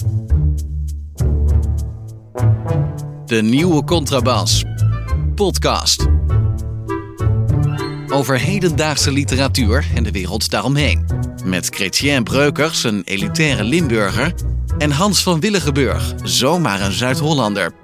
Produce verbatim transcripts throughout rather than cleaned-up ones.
De Nieuwe Contrabas. Podcast. Over hedendaagse literatuur en de wereld daaromheen. Met Chrétien Breukers, een elitaire Limburger. En Hans van Willigenburg, zomaar een Zuid-Hollander.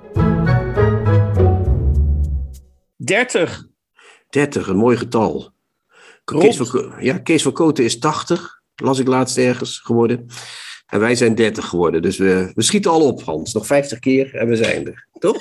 dertig. dertig, een mooi getal. Kees van, ja, Kees van Kooten is tachtig, las ik laatst ergens geworden. En wij zijn dertig geworden. Dus we, we schieten al op, Hans. Nog vijftig keer en we zijn er. Toch?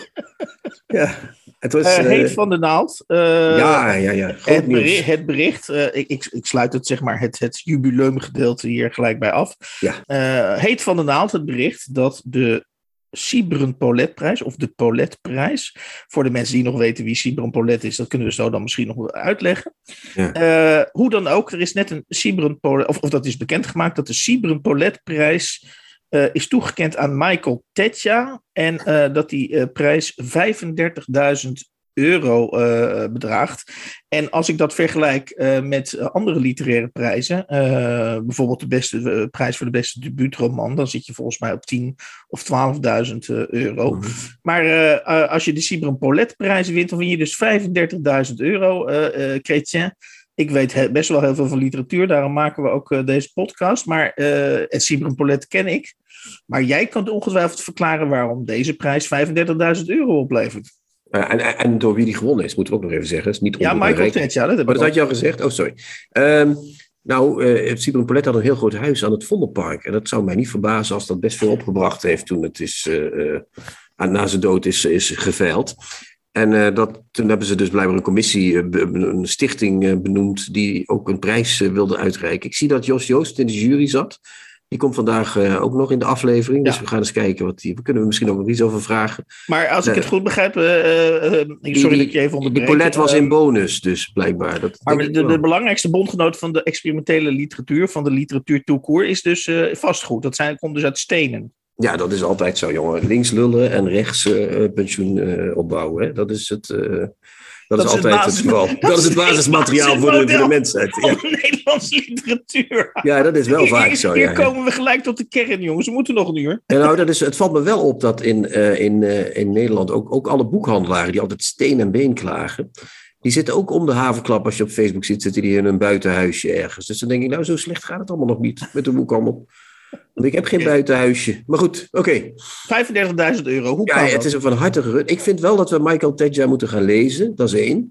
Ja. Het was, uh, Heet uh, van de Naald. Uh, ja, ja, ja. Groot het nieuws. bericht. Het bericht uh, ik, ik, ik sluit het, zeg maar, het, het jubileumgedeelte hier gelijk bij af. Ja. Uh, Heet van de Naald, het bericht dat de Sybren Pauletprijs, of de Pauletprijs, voor de mensen die nog weten wie Sybren Paulet is, dat kunnen we zo dan misschien nog wel uitleggen. Ja. Uh, hoe dan ook, er is net een Sybren Paulet, of, of dat is bekendgemaakt, dat de Sybren Pauletprijs uh, is toegekend aan Michael Tetja en uh, dat die uh, prijs vijfendertigduizend euro uh, bedraagt. En als ik dat vergelijk uh, met uh, andere literaire prijzen, uh, bijvoorbeeld de beste uh, prijs voor de beste debuutroman, dan zit je volgens mij op tien of twaalfduizend uh, euro. Mm-hmm. Maar uh, uh, als je de Sybren Pauletprijs wint, dan win je dus vijfendertigduizend euro, uh, uh, Chrétien. Ik weet he- best wel heel veel van literatuur, daarom maken we ook uh, deze podcast. Maar uh, Sybren Paulet ken ik. Maar jij kan ongetwijfeld verklaren waarom deze prijs vijfendertigduizend euro oplevert. Uh, en, en door wie die gewonnen is, moeten we ook nog even zeggen. Is niet ja, Michael Tetja. Dat, oh, dat had je al gezegd? Oh, sorry. Um, nou, uh, Sybren Paulet had een heel groot huis aan het Vondelpark. En dat zou mij niet verbazen als dat best veel opgebracht heeft toen het is, uh, uh, na zijn dood is, is geveild. En uh, dat, toen hebben ze dus blijkbaar een commissie, uh, be, een stichting uh, benoemd die ook een prijs uh, wilde uitreiken. Ik zie dat Jos Joost in de jury zat. Die komt vandaag uh, ook nog in de aflevering. Ja. Dus we gaan eens kijken. Wat die, we kunnen er misschien ook nog iets over vragen. Maar als ik uh, het goed begrijp. Uh, uh, sorry die, dat ik je even onderbreek. Die Paulet was uh, in bonus, dus blijkbaar. Dat maar de, de, de belangrijkste bondgenoot van de experimentele literatuur, van de literatuur tout court, is dus uh, vastgoed. Dat zijn, komt dus uit stenen. Ja, dat is altijd zo, jongen. Links lullen en rechts uh, pensioen uh, opbouwen. Hè? Dat is het. Uh, Dat, dat is altijd het, basis, het geval. Dat, dat is het basismateriaal voor de, voor de mensheid. Ja. Van de Nederlandse literatuur. Ja, dat is wel hier, vaak zo. Hier ja, komen ja. we gelijk tot de kern, jongens. We moeten nog een uur. Ja, nou, dat is, het valt me wel op dat in, uh, in, uh, in Nederland ook, ook alle boekhandelaren die altijd steen en been klagen, die zitten ook om de haverklap. Als je op Facebook zit, zitten die in een buitenhuisje ergens. Dus dan denk ik, nou, zo slecht gaat het allemaal nog niet met de boekhandel. Want ik heb geen buitenhuisje. Maar goed, oké. Okay. vijfendertigduizend euro, hoe ja, kan het dat? is een van harte gerust. Ik vind wel dat we Michael Tetja moeten gaan lezen. Dat is één.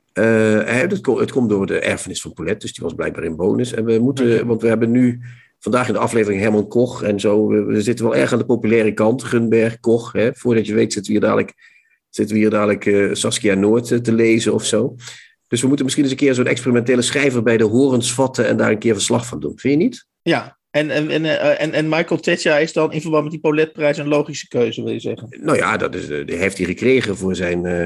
Uh, het, het komt door de erfenis van Paulet, dus die was blijkbaar in bonus. En we moeten, okay. want we hebben nu vandaag in de aflevering Herman Koch en zo. We, we zitten wel erg aan de populaire kant. Gunberg, Koch. Hè, voordat je weet zitten we hier dadelijk, zitten we hier dadelijk uh, Saskia Noord uh, te lezen of zo. Dus we moeten misschien eens een keer zo'n experimentele schrijver bij de horens vatten en daar een keer verslag van doen. Vind je niet? Ja. En, en, en, en, en Michael Tetja is dan in verband met die Pauletprijs een logische keuze, wil je zeggen? Nou ja, dat is, die heeft hij gekregen voor zijn, uh,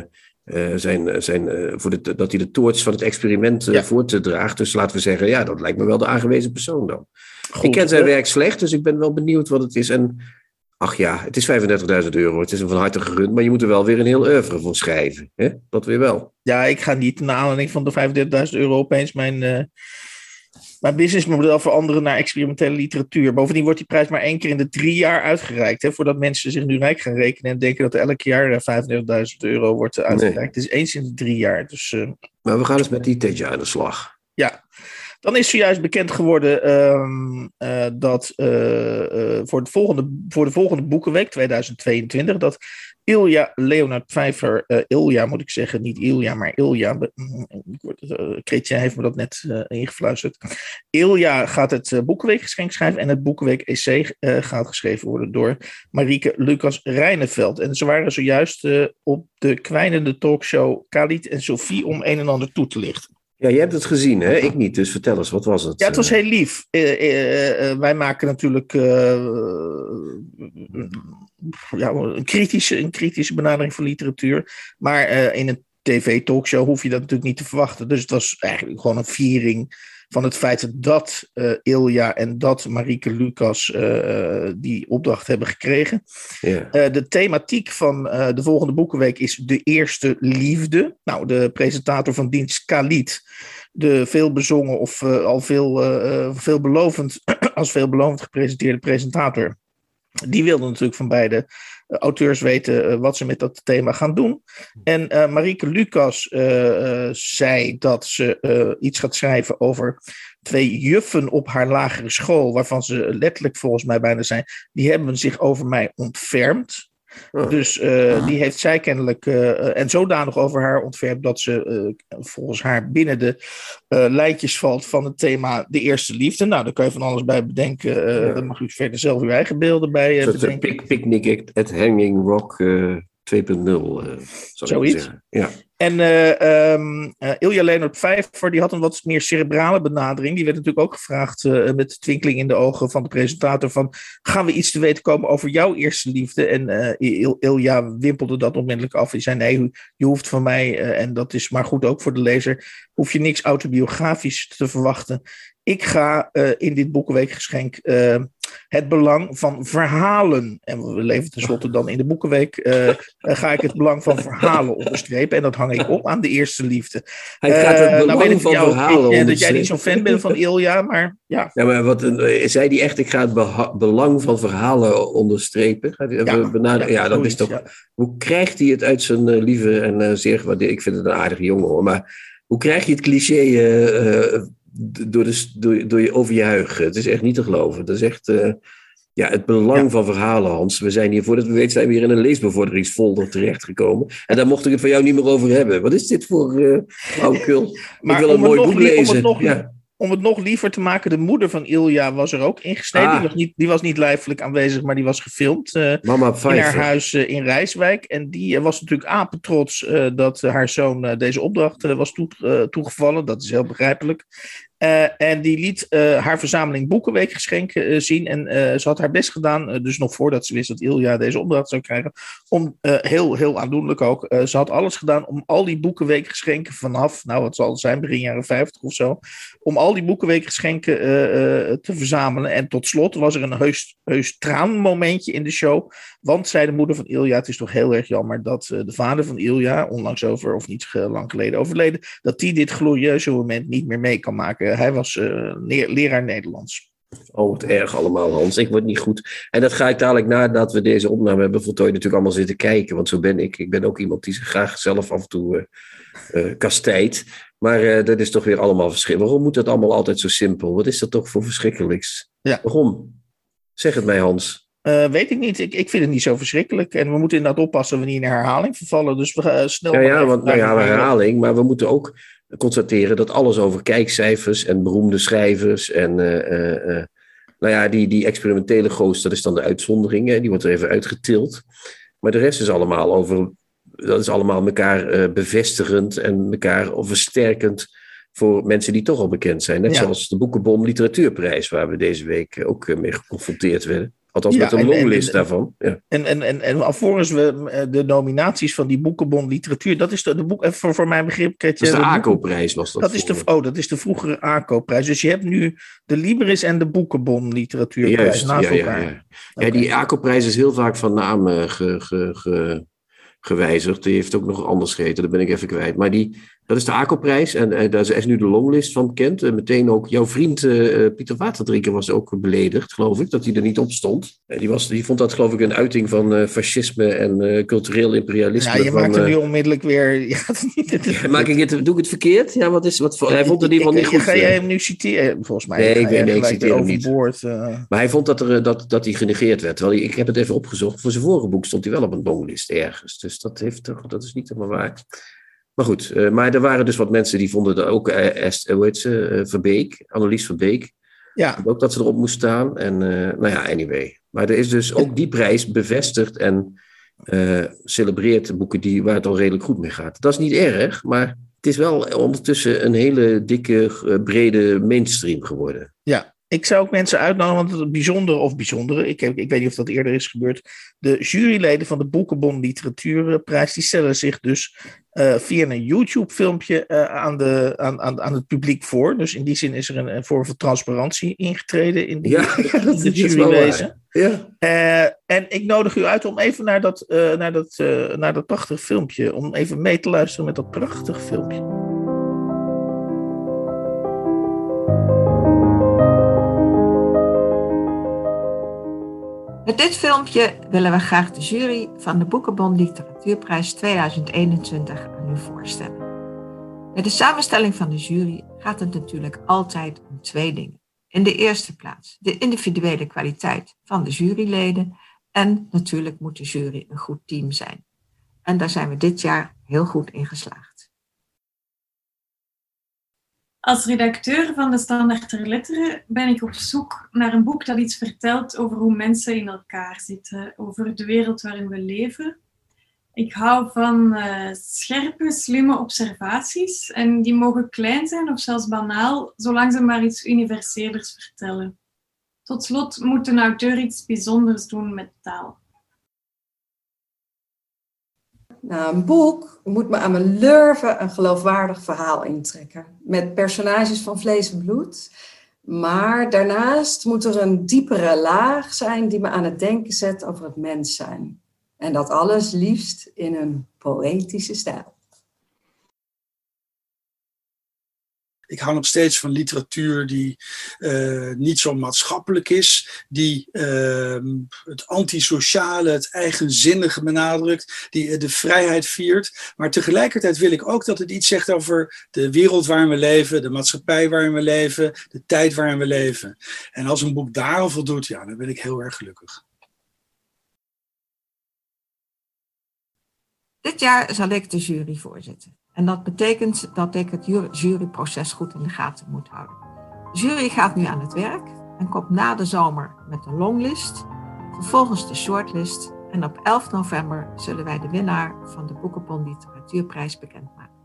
zijn, zijn, uh, voor de, dat hij de toorts van het experiment uh, ja. voortdraagt. Dus laten we zeggen, ja, dat lijkt me wel de aangewezen persoon dan. Goed, ik ken zijn werk slecht, dus ik ben wel benieuwd wat het is. En ach ja, het is vijfendertigduizend euro. Het is hem van harte gegund, maar je moet er wel weer een heel oeuvre voor schrijven. Hè? Dat weer wel. Ja, ik ga niet naar aanleiding van de vijfendertigduizend euro opeens mijn... Uh... Mijn businessmodel veranderen naar experimentele literatuur. Bovendien wordt die prijs maar één keer in de drie jaar uitgereikt. Hè, voordat mensen zich nu rijk gaan rekenen en denken dat er elk jaar vijfendertigduizend euro wordt uitgereikt. Nee. Het is eens in de drie jaar. Dus, uh, maar we gaan eens met die Tetja aan de slag. Ja. Dan is zojuist bekend geworden um, uh, dat uh, uh, voor, de volgende, voor de volgende boekenweek tweeduizend tweeëntwintig... dat Ilja Leonard Pfeiffer, uh, Ilja moet ik zeggen, niet Ilja, maar Ilja. Uh, Chrétien heeft me dat net uh, ingefluisterd. Ilja gaat het uh, boekenweekgeschenk schrijven en het boekenweek-essay uh, gaat geschreven worden door Marieke Lucas Rijneveld. En ze waren zojuist uh, op de kwijnende talkshow Khalid en Sophie om een en ander toe te lichten. Ja, je hebt het gezien, hè? Ik niet, dus vertel eens, wat was het? Ja, het was heel lief. Uh, uh, uh, wij maken natuurlijk uh, ja, een, kritische, een kritische benadering van literatuur. Maar uh, in een tv-talkshow hoef je dat natuurlijk niet te verwachten. Dus het was eigenlijk gewoon een viering van het feit dat uh, Ilja en dat Marieke Lucas uh, die opdracht hebben gekregen. Ja. Uh, de thematiek van uh, de volgende boekenweek is de eerste liefde. Nou, de presentator van dienst Khalid, de veelbezongen of uh, al veel, uh, veelbelovend, als veelbelovend gepresenteerde presentator, Die wilden natuurlijk van beide uh, auteurs weten uh, wat ze met dat thema gaan doen. En uh, Marieke Lucas uh, uh, zei dat ze uh, iets gaat schrijven over twee juffen op haar lagere school, waarvan ze letterlijk volgens mij bijna zijn, die hebben zich over mij ontfermd. Oh. Dus uh, die heeft zij kennelijk uh, en zodanig over haar ontfermd dat ze uh, volgens haar binnen de uh, lijntjes valt van het thema de eerste liefde. Nou, daar kan je van alles bij bedenken. Uh, ja. Dan mag u verder zelf uw eigen beelden bij uh, bedenken. Pic- Picnic at Hanging Rock uh, twee punt nul. Uh, Zoiets. Ja. En uh, um, uh, Ilja Leonard Vijver, die had een wat meer cerebrale benadering. Die werd natuurlijk ook gevraagd uh, met de twinkeling in de ogen van de presentator van, gaan we iets te weten komen over jouw eerste liefde? En uh, Il- Ilja wimpelde dat onmiddellijk af. Die zei, nee, je hoeft van mij, uh, en dat is maar goed ook voor de lezer, hoef je niks autobiografisch te verwachten. Ik ga uh, in dit Boekenweekgeschenk uh, het belang van verhalen, en we leven tenslotte dan in de Boekenweek, uh, uh, ga ik het belang van verhalen onderstrepen. En dat hang ik op aan de eerste liefde. Hij gaat het belang uh, nou van jou, verhalen onderstrepen. Dat jij niet zo'n fan bent van Ilja, maar ja. Ja, maar wat, zei die echt, ik ga het beha- belang van verhalen onderstrepen? Gaat hij ja, benader- ja, ja, dat is toch... Ja. Hoe krijgt hij het uit zijn uh, lieve en uh, zeer gewaardeerd... Ik vind het een aardige jongen hoor, maar hoe krijg je het cliché... Uh, uh, Door, de, door, door je over je huigen. Het is echt niet te geloven. Dat is echt uh, ja, het belang ja. van verhalen, Hans. We zijn hier, voordat we weten, zijn we hier in een leesbevorderingsfolder terechtgekomen. En daar mocht ik het van jou niet meer over hebben. Wat is dit voor uh, flauwekul? Ik wil een mooi boek lie- lezen. Om het, nog, ja. om het nog liever te maken, de moeder van Ilja was er ook ingesneden. Ah. Die, was niet, die was niet lijfelijk aanwezig, maar die was gefilmd uh, Mama in haar huis uh, in Rijswijk. En die uh, was natuurlijk apetrots uh, dat uh, haar zoon uh, deze opdracht uh, was toe, uh, toegevallen. Dat is heel begrijpelijk. Uh, en die liet uh, haar verzameling Boekenweekgeschenken uh, zien. En uh, ze had haar best gedaan, uh, dus nog voordat ze wist dat Ilja deze opdracht zou krijgen. Om uh, heel, heel aandoenlijk ook. Uh, ze had alles gedaan om al die Boekenweekgeschenken vanaf, nou wat zal het zijn, begin jaren vijftig of zo. Om al die Boekenweekgeschenken uh, uh, te verzamelen. En tot slot was er een heus, heus traanmomentje in de show. Want, zei de moeder van Ilja, het is toch heel erg jammer dat uh, de vader van Ilja, onlangs over, of niet lang geleden overleden, dat die dit glorieuze moment niet meer mee kan maken. Hij was uh, leer, leraar Nederlands. Oh, wat erg allemaal, Hans. Ik word niet goed. En dat ga ik dadelijk nadat we deze opname hebben voltooid natuurlijk allemaal zitten kijken. Want zo ben ik. Ik ben ook iemand die zich graag zelf af en toe uh, uh, kastijdt. Maar uh, dat is toch weer allemaal verschrikkelijk. Waarom moet dat allemaal altijd zo simpel? Wat is dat toch voor verschrikkelijks? Ja. Waarom? Zeg het mij, Hans. Uh, weet ik niet. Ik, ik vind het niet zo verschrikkelijk. En we moeten inderdaad oppassen wanneer in herhaling vervallen. Dus we gaan uh, snel... Ja, ja, want, nou ja, herhaling. Maar we moeten ook constateren dat alles over kijkcijfers en beroemde schrijvers en uh, uh, uh, nou ja, die, die experimentele goos, dat is dan de uitzondering, hè, die wordt er even uitgetild. Maar de rest is allemaal over, dat is allemaal elkaar uh, bevestigend en elkaar versterkend voor mensen die toch al bekend zijn. Net ja. zoals de Boekenbon Literatuurprijs, waar we deze week ook uh, mee geconfronteerd werden. Althans, ja, met een longlist en, daarvan. Ja. En, en, en, en alvorens we de nominaties van die Boekenbon Literatuur... Dat is de, de boek, voor, voor mijn begrip... Dat is de A C O-prijs, was dat. dat is de, oh, dat is de vroegere A C O-prijs. Dus je hebt nu de Libris en de Boekenbon Literatuurprijs Juist, naast ja, elkaar. Ja, ja. Okay. ja, die A C O-prijs is heel vaak van naam uh, ge, ge, ge, gewijzigd. Die heeft ook nog anders geheten, dat ben ik even kwijt. Maar die, dat is de A C O-prijs en uh, daar is nu de longlist van bekend. Uh, meteen ook jouw vriend uh, Pieter Waterdrinker was ook beledigd, geloof ik, dat hij er niet op stond. Uh, die, was, die vond dat, geloof ik, een uiting van uh, fascisme en uh, cultureel imperialisme. Ja, je van, maakt er nu uh, onmiddellijk weer... Ja, niet, ja, maak ik het, doe ik het verkeerd? Ja, wat is, wat, hij vond het in ieder geval niet goed. Ga jij hem nu citeren? Volgens mij. Nee, ik, weet, nee, ik citeer hem niet. Uh... Maar hij vond dat, er, dat, dat hij genegeerd werd. Terwijl hij, ik heb het even opgezocht. Voor zijn vorige boek stond hij wel op een longlist ergens. Dus dat, heeft, dat is niet helemaal waar. Maar goed, uh, maar er waren dus wat mensen die vonden dat ook, uh, Est, uh, hoe heet ze, uh, Verbeek, Annelies Verbeek. Ja. Ook dat ze erop moest staan. En uh, nou ja, anyway. Maar er is dus ook die prijs bevestigd en uh, celebreert boeken die, waar het al redelijk goed mee gaat. Dat is niet erg, maar het is wel ondertussen een hele dikke, uh, brede mainstream geworden. Ja. Ik zou ook mensen uitnodigen, want het bijzondere, of bijzondere, ik, heb, ik weet niet of dat eerder is gebeurd, de juryleden van de Boekenbon Literatuurprijs, die stellen zich dus uh, via een YouTube-filmpje uh, aan, de, aan, aan, aan het publiek voor. Dus in die zin is er een, een vorm van transparantie ingetreden in, die, ja, in het jurywezen. Ja. Uh, en ik nodig u uit om even naar dat, uh, naar, dat, uh, naar dat prachtige filmpje, om even mee te luisteren met dat prachtige filmpje. Met dit filmpje willen we graag de jury van de Boekenbond Literatuurprijs tweeduizend eenentwintig aan u voorstellen. Bij de samenstelling van de jury gaat het natuurlijk altijd om twee dingen. In de eerste plaats de individuele kwaliteit van de juryleden en natuurlijk moet de jury een goed team zijn. En daar zijn we dit jaar heel goed in geslaagd. Als redacteur van de Standaard der Letteren ben ik op zoek naar een boek dat iets vertelt over hoe mensen in elkaar zitten, over de wereld waarin we leven. Ik hou van uh, scherpe, slimme observaties en die mogen klein zijn of zelfs banaal, zolang ze maar iets universelers vertellen. Tot slot moet een auteur iets bijzonders doen met taal. Nou, een boek moet me aan mijn lurven een geloofwaardig verhaal intrekken. Met personages van vlees en bloed. Maar daarnaast moet er een diepere laag zijn die me aan het denken zet over het mens zijn. En dat alles liefst in een poëtische stijl. Ik hou nog steeds van literatuur die uh, niet zo maatschappelijk is, die uh, het antisociale, het eigenzinnige benadrukt, die uh, de vrijheid viert. Maar tegelijkertijd wil ik ook dat het iets zegt over de wereld waarin we leven, de maatschappij waarin we leven, de tijd waarin we leven. En als een boek daaraan voldoet, ja, dan ben ik heel erg gelukkig. Dit jaar zal ik de jury voorzitten. En dat betekent dat ik het juryproces goed in de gaten moet houden. De jury gaat nu aan het werk en komt na de zomer met een longlist, vervolgens de shortlist en op elf november zullen wij de winnaar van de Boekenbond Literatuurprijs bekendmaken.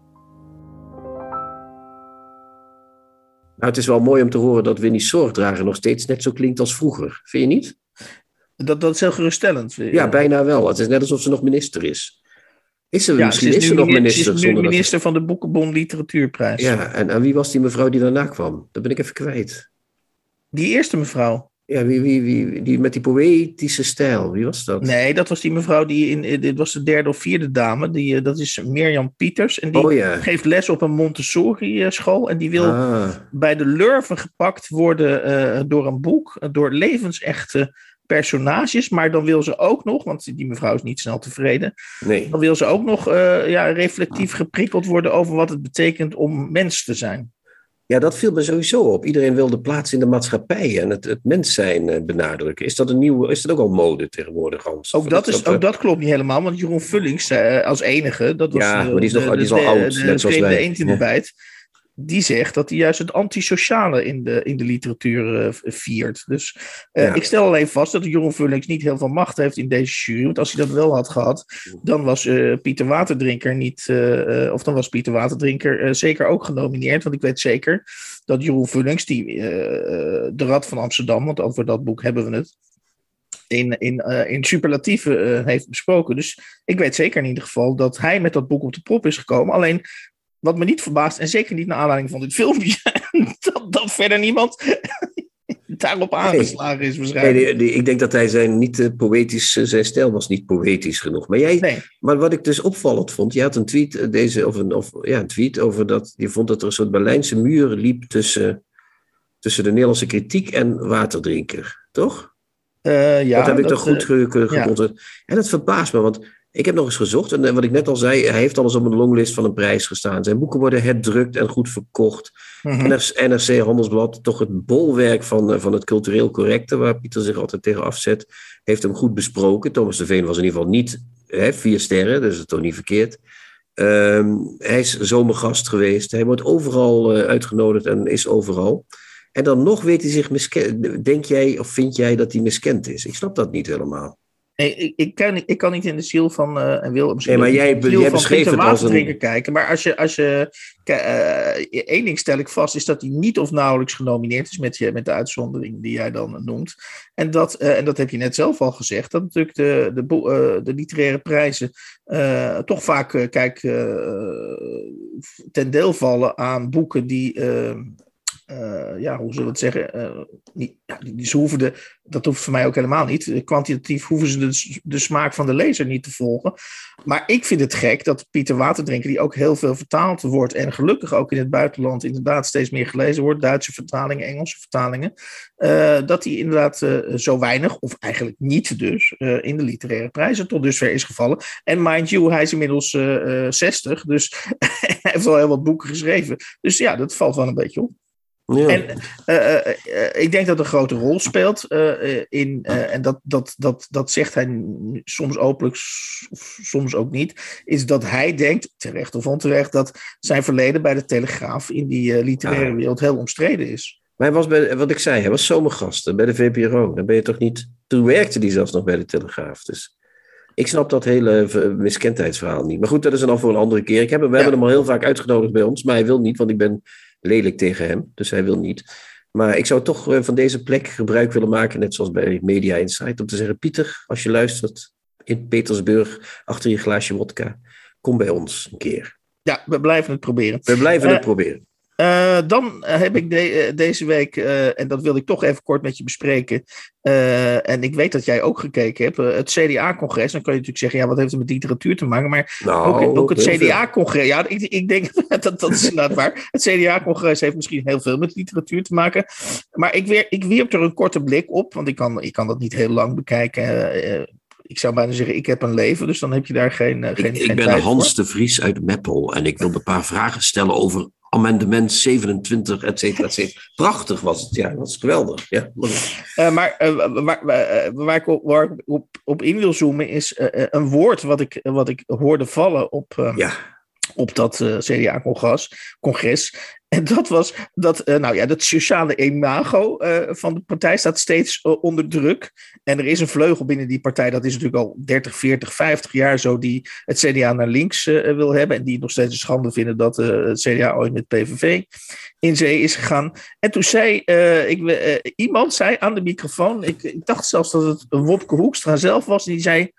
Nou, het is wel mooi om te horen dat Winnie Zorgdrager nog steeds net zo klinkt als vroeger. Vind je niet? Dat, dat is heel geruststellend. Ja, bijna wel. Het is net alsof ze nog minister is. Is ze, ja, misschien ze is, is ze nog minister? Ze is nu minister dat... van de Boekenbond Literatuurprijs. Ja, en, en wie was die mevrouw die daarna kwam? Dat ben ik even kwijt. Die eerste mevrouw. Ja, wie, wie, wie, die met die poëtische stijl. Wie was dat? Nee, dat was die mevrouw die in, dit was de derde of vierde dame. Die, dat is Mirjam Pieters. En die oh, ja. geeft les op een Montessori school. En die wil ah. bij de lurven gepakt worden uh, door een boek. Door levensechte personages. Maar dan wil ze ook nog, want die mevrouw is niet snel tevreden. Nee. Dan wil ze ook nog uh, ja, reflectief geprikkeld worden over wat het betekent om mens te zijn. Ja, dat viel me sowieso op. Iedereen wil de plaats in de maatschappij en het, het mens zijn benadrukken. Is dat een nieuwe, is dat ook al mode tegenwoordig, Hans? Ook dat, is, dat, ook dat klopt niet helemaal, want Jeroen Vullings uh, als enige, dat was ja, uh, maar die is, nog, de, die is al de, oud, de, net zoals vreemde wij. eend in de Ja. bijt. Die zegt dat hij juist het antisociale in de, in de literatuur uh, viert. Dus uh, Ja. ik stel alleen vast dat Jeroen Vullings niet heel veel macht heeft in deze jury. Want als hij dat wel had gehad, dan was uh, Pieter Waterdrinker niet, uh, uh, of dan was Pieter Waterdrinker uh, zeker ook genomineerd. Want ik weet zeker dat Jeroen Vullings, die uh, de Rad van Amsterdam, want over dat boek hebben we het, in, in, uh, in superlatieven uh, heeft besproken. Dus ik weet zeker in ieder geval dat hij met dat boek op de prop is gekomen. Alleen, wat me niet verbaast, en zeker niet naar aanleiding van dit filmpje, dat, dat verder niemand daarop aangeslagen is waarschijnlijk. Nee, nee, nee, ik denk dat hij zijn, niet, uh, poëtisch, uh, zijn stijl was niet poëtisch genoeg. Maar, jij, Nee. maar wat ik dus opvallend vond, je had een tweet, uh, deze, of een, of, ja, een tweet over dat je vond dat er een soort Berlijnse muur liep tussen, tussen de Nederlandse kritiek en Waterdrinker, toch? Uh, ja, dat heb ik dat, toch goed ge- ge- ja. gevonden. En dat verbaast me, want ik heb nog eens gezocht. En wat ik net al zei, hij heeft al eens op een longlist van een prijs gestaan. Zijn boeken worden herdrukt en goed verkocht. Mm-hmm. N R C Handelsblad, toch het bolwerk van, van het cultureel correcte, waar Pieter zich altijd tegen afzet, heeft hem goed besproken. Thomas de Veen was in ieder geval niet hè, vier sterren, dus dat is toch niet verkeerd. Um, hij is zomergast geweest. Hij wordt overal uh, uitgenodigd en is overal. En dan nog weet hij zich miskend. Denk jij of vind jij dat hij miskend is? Ik snap dat niet helemaal. Nee, ik, ik, kan, niet- ik kan niet in de ziel van, uh, en wil misschien Nee, maar niet jij in de be- ziel jij van beschreef Pieter het als Waterdrinker een- kijken. Maar als je, als je uh, één ding stel ik vast, is dat hij niet of nauwelijks genomineerd is met, je, met de uitzondering die jij dan noemt. En dat, uh, en dat heb je net zelf al gezegd, dat natuurlijk de, de, bo- uh, de literaire prijzen uh, toch vaak uh, kijk, uh, ten deel vallen aan boeken die... Uh, uh, ja, hoe zullen we het zeggen? Uh, niet, ja, die, ze hoeven de, dat hoeft voor mij ook helemaal niet. Kwantitatief hoeven ze de, de smaak van de lezer niet te volgen. Maar ik vind het gek dat Pieter Waterdrinker, die ook heel veel vertaald wordt en gelukkig ook in het buitenland inderdaad steeds meer gelezen wordt, Duitse vertalingen, Engelse vertalingen, uh, dat hij inderdaad uh, zo weinig, of eigenlijk niet dus, uh, in de literaire prijzen tot dusver is gevallen. En mind you, hij is inmiddels uh, uh, zestig, dus hij heeft al heel wat boeken geschreven. Dus ja, dat valt wel een beetje op. Ja. En uh, uh, uh, ik denk dat een grote rol speelt uh, in, uh, en dat, dat, dat, dat zegt hij soms openlijk, soms ook niet, is dat hij denkt, terecht of onterecht, dat zijn verleden bij de Telegraaf in die uh, literaire wereld heel omstreden is. Maar hij was bij, wat ik zei, hij was zomergast bij de V P R O. Dan ben je toch niet, toen werkte hij zelfs nog bij de Telegraaf. Dus ik snap dat hele miskendheidsverhaal niet. Maar goed, dat is dan al voor een andere keer. Ik heb, we ja. hebben hem al heel vaak uitgenodigd bij ons, maar hij wil niet, want ik ben lelijk tegen hem, dus hij wil niet. Maar ik zou toch uh, van deze plek gebruik willen maken, net zoals bij Media Insight, om te zeggen, Pieter, als je luistert in Petersburg, achter je glaasje wodka, kom bij ons een keer. Ja, we blijven het proberen. We blijven uh, het proberen. Uh, dan heb ik de, uh, deze week, uh, en dat wil ik toch even kort met je bespreken, uh, en ik weet dat jij ook gekeken hebt, uh, het C D A-congres. Dan kan je natuurlijk zeggen, ja, wat heeft het met literatuur te maken? Maar nou, ook, ook het C D A-congres, ja, ik, ik denk dat dat is inderdaad waar. Het C D A-congres heeft misschien heel veel met literatuur te maken. Maar ik, weer, ik wierp er een korte blik op, want ik kan, ik kan dat niet heel lang bekijken. Uh, Ik zou bijna zeggen, ik heb een leven, dus dan heb je daar geen, uh, geen, ik, geen ik ben Hans de Vries uit Meppel en ik wil een paar vragen stellen over amendement zevenentwintig, et cetera, et cetera. Prachtig was het, ja, dat was geweldig. Ja. Uh, maar uh, waar, waar, waar ik, op, waar ik op, op in wil zoomen is uh, een woord wat ik, wat ik hoorde vallen op, uh, ja. op dat uh, C D A-congres. Congres. En dat was dat, uh, nou ja, dat sociale imago uh, van de partij staat steeds uh, onder druk. En er is een vleugel binnen die partij, dat is natuurlijk al dertig, veertig, vijftig jaar zo, die het C D A naar links uh, wil hebben. En die nog steeds een schande vinden dat uh, het C D A ooit met P V V in zee is gegaan. En toen zei uh, ik, uh, iemand zei aan de microfoon, ik, ik dacht zelfs dat het Wopke Hoekstra zelf was, die zei,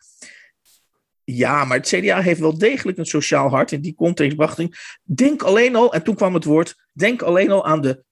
ja, maar het C D A heeft wel degelijk een sociaal hart. In die context bracht ik, denk alleen al, en toen kwam het woord, denk alleen al aan de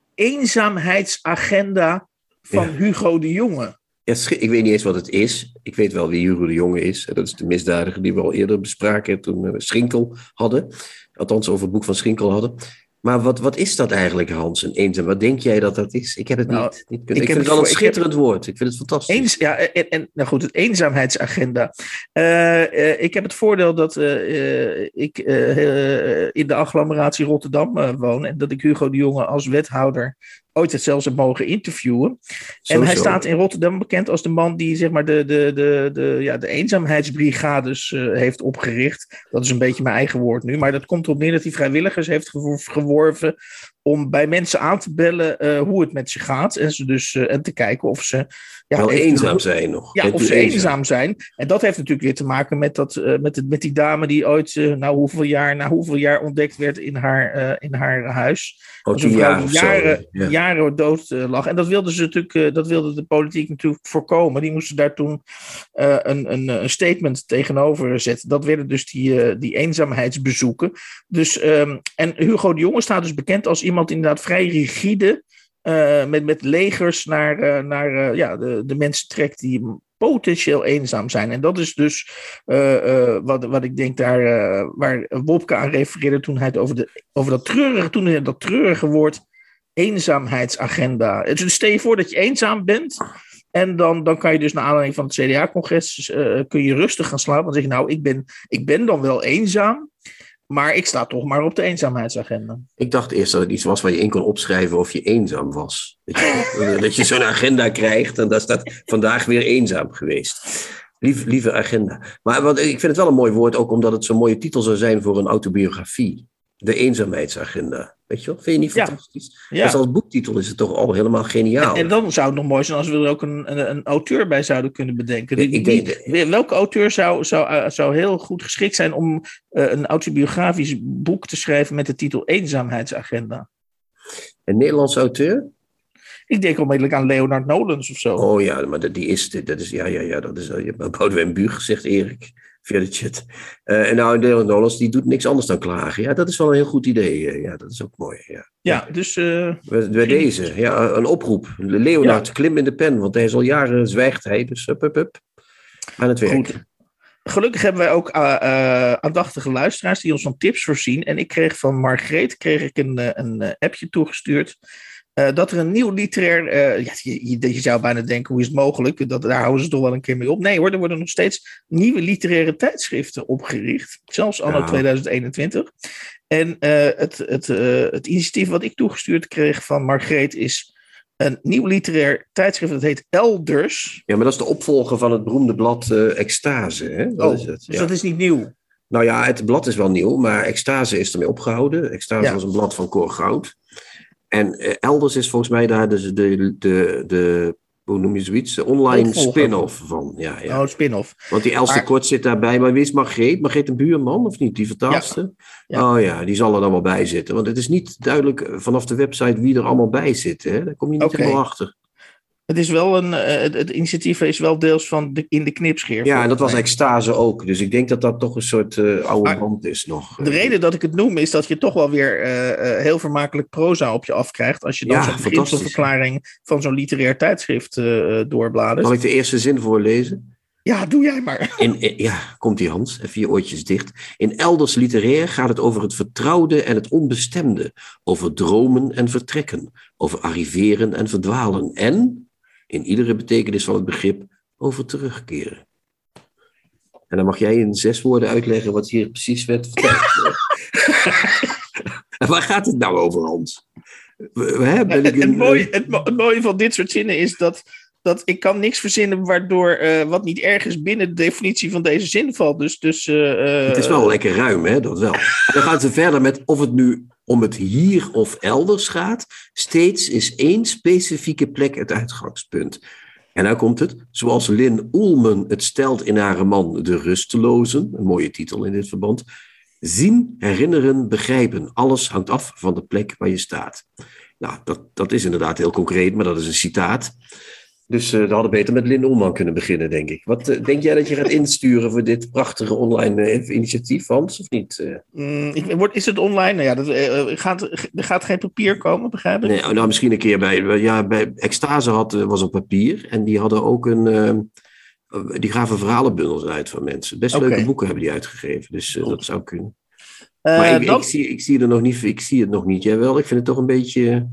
eenzaamheidsagenda van ja. Hugo de Jonge. Ja, ik weet niet eens wat het is. Ik weet wel wie Hugo de Jonge is. Dat is de misdadiger die we al eerder bespraken toen we Schinkel hadden. Althans, over het boek van Schinkel hadden. Maar wat, wat is dat eigenlijk, Hans, een eenzaam? Wat denk jij dat dat is? Ik heb het nou, niet, niet kunnen. Ik, ik vind het wel een schitterend heb, woord. Ik vind het fantastisch. Eens, ja, en, en nou goed, het eenzaamheidsagenda. Uh, uh, ik heb het voordeel dat uh, ik uh, uh, in de agglomeratie Rotterdam uh, woon en dat ik Hugo de Jonge als wethouder ooit het zelfs heb mogen interviewen. Zo, en hij zo. staat in Rotterdam bekend als de man die zeg maar de, de, de, de, ja, de eenzaamheidsbrigades uh, heeft opgericht. Dat is een beetje mijn eigen woord nu. Maar dat komt erop neer dat hij vrijwilligers heeft geworven om bij mensen aan te bellen uh, hoe het met ze gaat. En, ze dus, uh, en te kijken of ze ja, wel eenzaam zijn nog. Ja, of ze eenzaam. eenzaam zijn. En dat heeft natuurlijk weer te maken met, dat, uh, met, het, met die dame die ooit uh, nou, hoeveel jaar, na hoeveel jaar ontdekt werd in haar, uh, in haar huis. Oh, tien jaar die jaren, ja. jaren dood uh, lag. En dat wilden ze natuurlijk, uh, dat wilde de politiek natuurlijk voorkomen. Die moesten daar toen uh, een, een, een statement tegenover zetten. Dat werden dus die, uh, die eenzaamheidsbezoeken. Dus, um, en Hugo de Jonge staat dus bekend als iemand inderdaad vrij rigide, uh, met, met legers naar, uh, naar uh, ja, de, de mensen trekt die potentieel eenzaam zijn. En dat is dus uh, uh, wat, wat ik denk daar, uh, waar Wopke aan refereerde toen hij het over, de, over dat treurige, toen hij dat treurige woord eenzaamheidsagenda. Dus stel je voor dat je eenzaam bent en dan, dan kan je dus naar aanleiding van het C D A-congres uh, kun je rustig gaan slapen. Dan zeg je nou, ik ben, ik ben dan wel eenzaam, maar ik sta toch maar op de eenzaamheidsagenda. Ik dacht eerst dat het iets was waar je in kon opschrijven of je eenzaam was. Dat je, dat je zo'n agenda krijgt en daar staat vandaag weer eenzaam geweest. Lief, lieve agenda. Maar wat, ik vind het wel een mooi woord, ook omdat het zo'n mooie titel zou zijn voor een autobiografie. De eenzaamheidsagenda. Weet je wel? Vind je niet fantastisch? Ja. Ja. Dus als boektitel is het toch al helemaal geniaal. En, en dan zou het nog mooi zijn als we er ook een, een, een auteur bij zouden kunnen bedenken. Die, ik denk, die, welke auteur zou, zou, uh, zou heel goed geschikt zijn om uh, een autobiografisch boek te schrijven met de titel Eenzaamheidsagenda? Een Nederlandse auteur? Ik denk onmiddellijk aan Leonard Nolens of zo. Oh ja, maar die is, dat is, ja, ja, ja, dat is, uh, Boudewijn Buug, zegt Erik. via de chat. Uh, en nou, Dylan Nollens, die doet niks anders dan klagen. Ja, dat is wel een heel goed idee. Ja, dat is ook mooi. Ja, ja dus... Uh, bij, bij deze, ja, een oproep. Leonard, ja. Klim in de pen, want hij is al jaren zwijgt hij. Dus up, up, up. Aan het werk. Goed. Gelukkig hebben wij ook uh, uh, aandachtige luisteraars die ons van tips voorzien. En ik kreeg van Margreet kreeg ik een, uh, een appje toegestuurd. Uh, dat er een nieuw literair... Uh, ja, je, je, je zou bijna denken, hoe is het mogelijk? Dat, daar houden ze toch wel een keer mee op. Nee hoor, er worden nog steeds nieuwe literaire tijdschriften opgericht. Zelfs anno ja. tweeduizend eenentwintig. En uh, het, het, uh, het initiatief wat ik toegestuurd kreeg van Margreet is... een nieuw literair tijdschrift, dat heet Elders. Ja, maar dat is de opvolger van het beroemde blad uh, Extase. Hè? Dat oh, is het. Dus ja. dat is niet nieuw? Nou ja, het blad is wel nieuw, maar Extase is ermee opgehouden. Extase ja. was een blad van Cor Goud. En uh, Elders is volgens mij daar dus de, de, de, de hoe noem je zoiets? De online opvolger. Spin-off van. Ja, ja. Oh, spin-off. Want die Elste maar... Kort zit daarbij. Maar wie is Margreet? Margreet een buurman of niet? Die vertaalste? Ja. Ja. Oh ja, die zal er dan wel bij zitten. Want het is niet duidelijk vanaf de website wie er allemaal bij zit. Hè? Daar kom je niet okay. helemaal achter. Het is wel een, uh, het, het initiatief is wel deels van de, in de knipscheer. Ja, en dat was Extase ook. Dus ik denk dat dat toch een soort uh, oude maar band is nog. De reden dat ik het noem is dat je toch wel weer uh, uh, heel vermakelijk proza op je afkrijgt. Als je dan ja, zo'n beginselverklaring van zo'n literair tijdschrift uh, doorbladert. Zal ik de eerste zin voorlezen? Ja, doe jij maar. In, in, ja, komt ie Hans, even je oortjes dicht. In Elders literair gaat het over het vertrouwde en het onbestemde. Over dromen en vertrekken. Over arriveren en verdwalen. En... in iedere betekenis van het begrip over terugkeren. En dan mag jij in zes woorden uitleggen wat hier precies werd verteld. En waar gaat het nou over, Hans? Hè, ben ik het, een, het, mooie, het, het mooie van dit soort zinnen is dat, dat ik kan niks verzinnen waardoor uh, wat niet ergens binnen de definitie van deze zin valt. Dus, dus, uh, het is wel lekker ruim, hè? Dat wel. En dan gaan ze verder met of het nu om het hier of elders gaat. Steeds is één specifieke plek het uitgangspunt. En nou komt het, zoals Lynn Oelmen het stelt in haar roman De Rustelozen, een mooie titel in dit verband. Zien, herinneren, begrijpen. Alles hangt af van de plek waar je staat. Nou, dat, dat is inderdaad heel concreet, maar dat is een citaat. Dus uh, we hadden beter met Lynn Oelman kunnen beginnen, denk ik. Wat uh, denk jij dat je gaat insturen voor dit prachtige online uh, initiatief, Hans, of niet? Uh? Mm, ik, wordt, is het online? Nou ja, dat, uh, gaat, er gaat geen papier komen, begrijp ik? Nee, nou, misschien een keer bij... Ja, bij Extase had, uh, was op papier. En die hadden ook een... Uh, die gaven verhalenbundels uit van mensen. Best okay. leuke boeken hebben die uitgegeven. Dus uh, dat zou kunnen. Uh, maar ik, dan... ik, zie, ik, zie er nog niet, ik zie het nog niet. Jij wel? Ik vind het toch een beetje...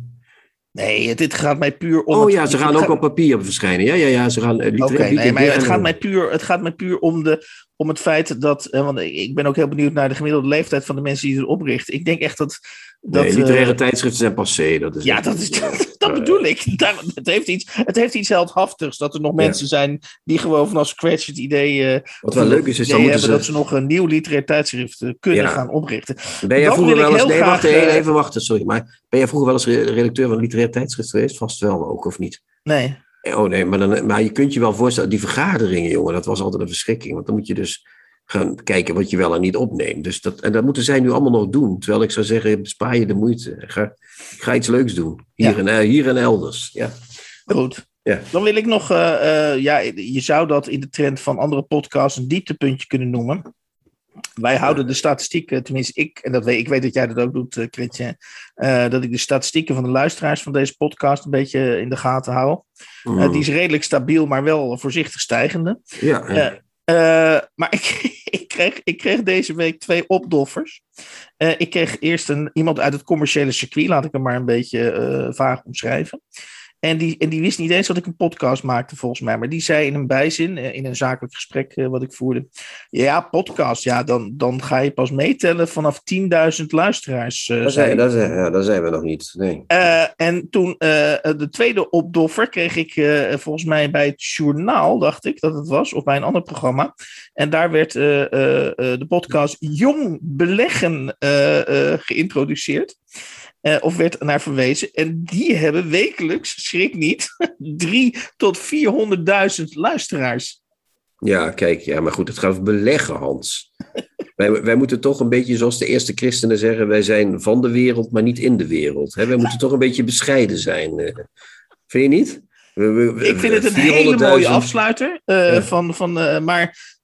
Nee, dit gaat mij puur om... Oh ja, ze gaan ook gaat... op papier verschijnen. Ja, ja, ja, ze gaan... Oké, okay, nee, maar het gaat, mij puur, het gaat mij puur om, de, om het feit dat... Want ik ben ook heel benieuwd naar de gemiddelde leeftijd van de mensen die het oprichten. Ik denk echt dat... dat nee, literaire uh, tijdschriften zijn passé. Dat is ja, dat, is, dat, dat bedoel ik. Daar, het, heeft iets, het heeft iets heldhaftigs. Dat er nog ja. mensen zijn die gewoon vanaf scratch het idee... Uh, Wat wel leuk is, is dan hebben ze... dat ze nog een nieuw literair tijdschrift uh, kunnen ja. gaan oprichten. Ben jij vroeger wel eens... Nee, graag, wacht, uh, even wachten, sorry. Maar ben jij vroeger wel eens redacteur van een literair tijdschrift geweest? Vast wel ook, of niet? Nee. Oh nee, maar, dan, maar je kunt je wel voorstellen... Die vergaderingen, jongen, dat was altijd een verschrikking. Want dan moet je dus... gaan kijken wat je wel en niet opneemt. Dus dat, en dat moeten zij nu allemaal nog doen. Terwijl ik zou zeggen, bespaar je de moeite. Ga, ga iets leuks doen. Hier, ja. en, hier en elders. Ja. Goed. Ja. Dan wil ik nog... Uh, uh, ja, je zou dat in de trend van andere podcasts een dieptepuntje kunnen noemen. Wij houden de statistieken, tenminste ik, en dat weet, ik weet dat jij dat ook doet, uh, Chrétien, uh, dat ik de statistieken van de luisteraars van deze podcast een beetje in de gaten hou. Mm. Uh, die is redelijk stabiel, maar wel voorzichtig stijgende. Ja, ja. Uh, Uh, maar ik, ik, kreeg, ik kreeg deze week twee opdoffers. Uh, ik kreeg eerst een, iemand uit het commerciële circuit, laat ik hem maar een beetje uh, vaag omschrijven. En die, en die wist niet eens dat ik een podcast maakte, volgens mij. Maar die zei in een bijzin, uh, in een zakelijk gesprek uh, wat ik voerde. Ja, podcast, ja, dan, dan ga je pas meetellen vanaf tienduizend luisteraars. Uh, dat, zijn, dat, zijn, ja, dat zijn we nog niet, nee. Uh, en toen, uh, de tweede opdoffer kreeg ik uh, volgens mij bij het journaal, dacht ik dat het was, of bij een ander programma. En daar werd uh, uh, uh, de podcast Jong Beleggen uh, uh, geïntroduceerd. Uh, of werd naar verwezen. En die hebben wekelijks, schrik niet, drie tot vierhonderdduizend luisteraars. Ja, kijk, ja, maar goed, het gaat over beleggen, Hans. wij, wij moeten toch een beetje, zoals de eerste christenen zeggen, wij zijn van de wereld, maar niet in de wereld. Hè? Wij moeten toch een beetje bescheiden zijn. Uh, vind je niet? We, we, Ik vind het een hele mooie afsluiter. Uh, ja. van, van, uh, maar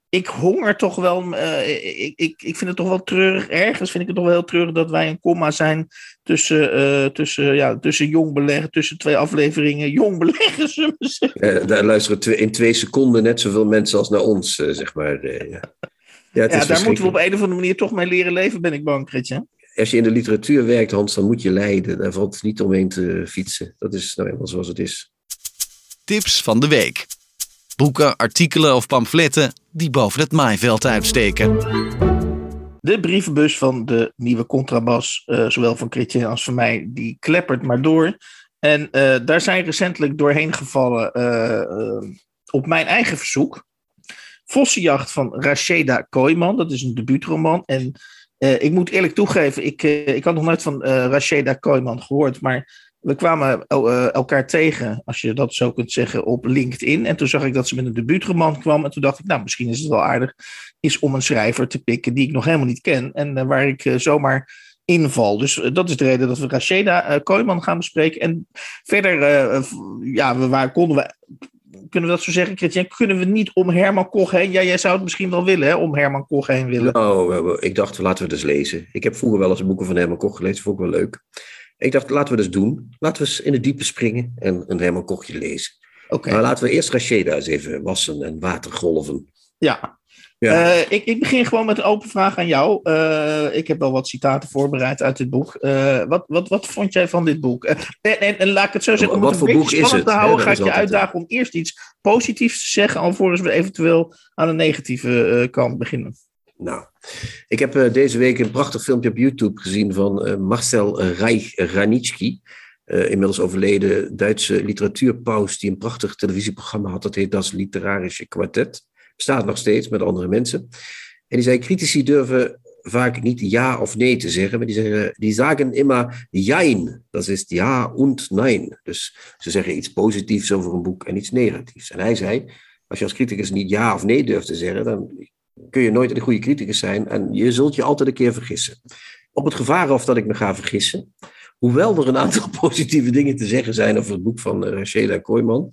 ik honger toch wel. Uh, ik, ik, ik vind het toch wel treurig. Ergens vind ik het toch wel heel treurig dat wij een komma zijn tussen, uh, tussen, ja, tussen jong beleggen, tussen twee afleveringen jong beleggen. Zullen we zeggen. Ja, daar luisteren in twee seconden net zoveel mensen als naar ons, uh, zeg maar. Uh, ja, ja, het ja is daar moeten we op een of andere manier toch mee leren leven, ben ik bang, Chrétien. Als je in de literatuur werkt, Hans, dan moet je lijden. Daar valt het niet omheen te fietsen. Dat is nou eenmaal zoals het is. Tips van de week. Boeken, artikelen of pamfletten die boven het maaiveld uitsteken. De brievenbus van de nieuwe contrabas, uh, zowel van Chrétien als van mij, die kleppert maar door. En uh, daar zijn recentelijk doorheen gevallen uh, uh, op mijn eigen verzoek. Vossenjacht van Rasheda Kooiman, dat is een debuutroman. En uh, ik moet eerlijk toegeven, ik, uh, ik had nog nooit van uh, Rasheda Kooiman gehoord, maar we kwamen uh, elkaar tegen, als je dat zo kunt zeggen, op LinkedIn. En toen zag ik dat ze met een debuutroman kwam. En toen dacht ik, nou, misschien is het wel aardig is om een schrijver te pikken die ik nog helemaal niet ken. En uh, waar ik uh, zomaar inval. Dus uh, dat is de reden dat we Rasheda uh, Kooiman gaan bespreken. En verder, uh, uh, ja, we, waar konden we... Kunnen we dat zo zeggen, Chrétien? Kunnen we niet om Herman Koch heen? Ja, jij zou het misschien wel willen, hè? Om Herman Koch heen willen. Nou, ik dacht, laten we het eens lezen. Ik heb vroeger wel eens boeken van Herman Koch gelezen. Vond ik wel leuk. Ik dacht, laten we het eens doen. Laten we eens in het diepe springen en een Herman Kochje lezen. Okay. Maar laten we eerst Rasheda eens even wassen en watergolven. Ja. Ja. Uh, ik, ik begin gewoon met een open vraag aan jou. Uh, ik heb wel wat citaten voorbereid uit dit boek. Uh, wat, wat, wat vond jij van dit boek? Uh, en, en, en laat ik het zo zeggen, om wat het voor een boek beetje is spannend het? te houden, He, ga ik je altijd, uitdagen om eerst iets positiefs te zeggen, alvorens we eventueel aan de negatieve uh, kant beginnen. Nou, ik heb uh, deze week een prachtig filmpje op YouTube gezien van uh, Marcel Reich-Ranicki. Uh, inmiddels overleden Duitse literatuurpaus die een prachtig televisieprogramma had. Dat heet Das Literarische Quartet. Bestaat nog steeds met andere mensen. En die zei, critici durven vaak niet ja of nee te zeggen, maar die, zeggen, die sagen immer jein. Dat is ja und nein. Dus ze zeggen iets positiefs over een boek en iets negatiefs. En hij zei, als je als criticus niet ja of nee durft te zeggen, dan kun je nooit een goede criticus zijn en je zult je altijd een keer vergissen. Op het gevaar of dat ik me ga vergissen, hoewel er een aantal positieve dingen te zeggen zijn over het boek van uh, Rasheda Kooiman,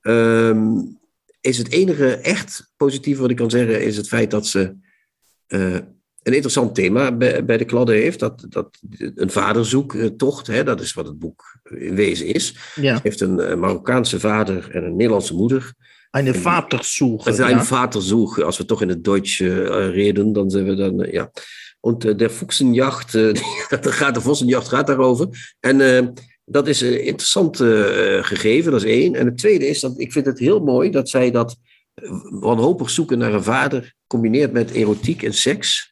um, is het enige echt positieve wat ik kan zeggen, is het feit dat ze uh, een interessant thema bij, bij de kladden heeft. Dat, dat een vaderzoektocht, hè, dat is wat het boek in wezen is. Ja. Ze heeft een, een Marokkaanse vader en een Nederlandse moeder. Een vaterzoek. Het is een vaterzoek. Als we toch in het Duits uh, reden, dan zijn we dan, uh, ja. En uh, de Fuchsenjacht, uh, de, gaat, de Vossenjacht gaat daarover. En uh, dat is een interessant uh, gegeven, dat is één. En het tweede is, dat ik vind het heel mooi dat zij dat wanhopig zoeken naar een vader combineert met erotiek en seks.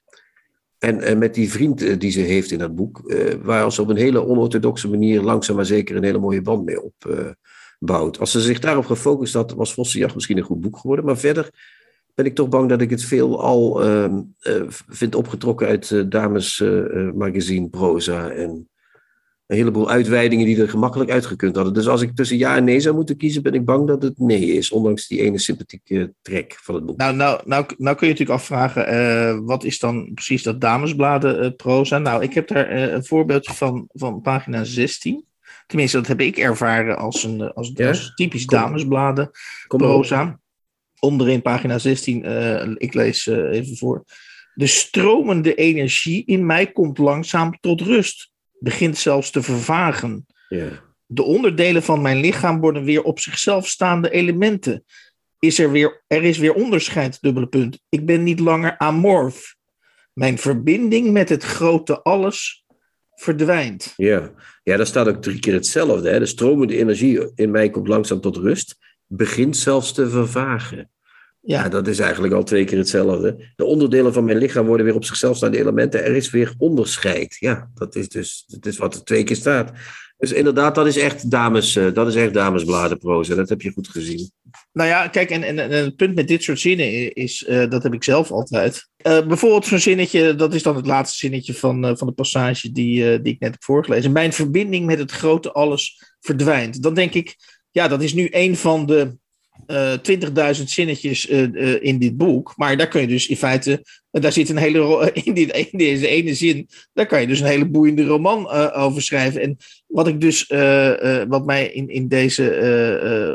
En, en met die vriend uh, die ze heeft in dat boek, uh, waar ze op een hele onorthodoxe manier langzaam maar zeker een hele mooie band mee opbouwt. Uh, Als ze zich daarop gefocust had, was Vossenjacht misschien een goed boek geworden. Maar verder ben ik toch bang dat ik het veel al uh, uh, vind opgetrokken uit uh, dames uh, magazine proza en een heleboel uitweidingen die er gemakkelijk uitgekund hadden. Dus als ik tussen ja en nee zou moeten kiezen, ben ik bang dat het nee is, ondanks die ene sympathieke trek van het boek. Nou, nou, nou, nou kun je natuurlijk afvragen, uh, wat is dan precies dat damesbladen uh, proza? Nou, ik heb daar uh, een voorbeeldje van, van pagina zestien. Tenminste, dat heb ik ervaren als een als, ja? als typisch Kom. damesbladen Kom proza. Onderin pagina zestien, uh, ik lees uh, even voor. De stromende energie in mij komt langzaam tot rust. Begint zelfs te vervagen. Ja. De onderdelen van mijn lichaam worden weer op zichzelf staande elementen. Is er, weer, er is weer onderscheid, dubbele punt. Ik ben niet langer amorf. Mijn verbinding met het grote alles verdwijnt. Ja, ja, daar staat ook drie keer hetzelfde. Hè? De stromende energie in mij komt langzaam tot rust. Begint zelfs te vervagen. Ja. ja, dat is eigenlijk al twee keer hetzelfde. De onderdelen van mijn lichaam worden weer op zichzelf staande elementen. Er is weer onderscheid. Ja, dat is dus dat is wat er twee keer staat. Dus inderdaad, dat is echt dames, dat is echt damesbladenproza. Dat heb je goed gezien. Nou ja, kijk, en, en, en het punt met dit soort zinnen is, uh, dat heb ik zelf altijd. Uh, bijvoorbeeld zo'n zinnetje, dat is dan het laatste zinnetje van, uh, van de passage die, uh, die ik net heb voorgelezen. Mijn verbinding met het grote alles verdwijnt. Dan denk ik, ja, dat is nu een van de Uh, twintigduizend zinnetjes uh, uh, in dit boek. Maar daar kun je dus in feite, uh, daar zit een hele, in, dit, in deze ene zin, daar kan je dus een hele boeiende roman uh, over schrijven. En wat ik dus, uh, uh, wat mij in, in deze uh, uh,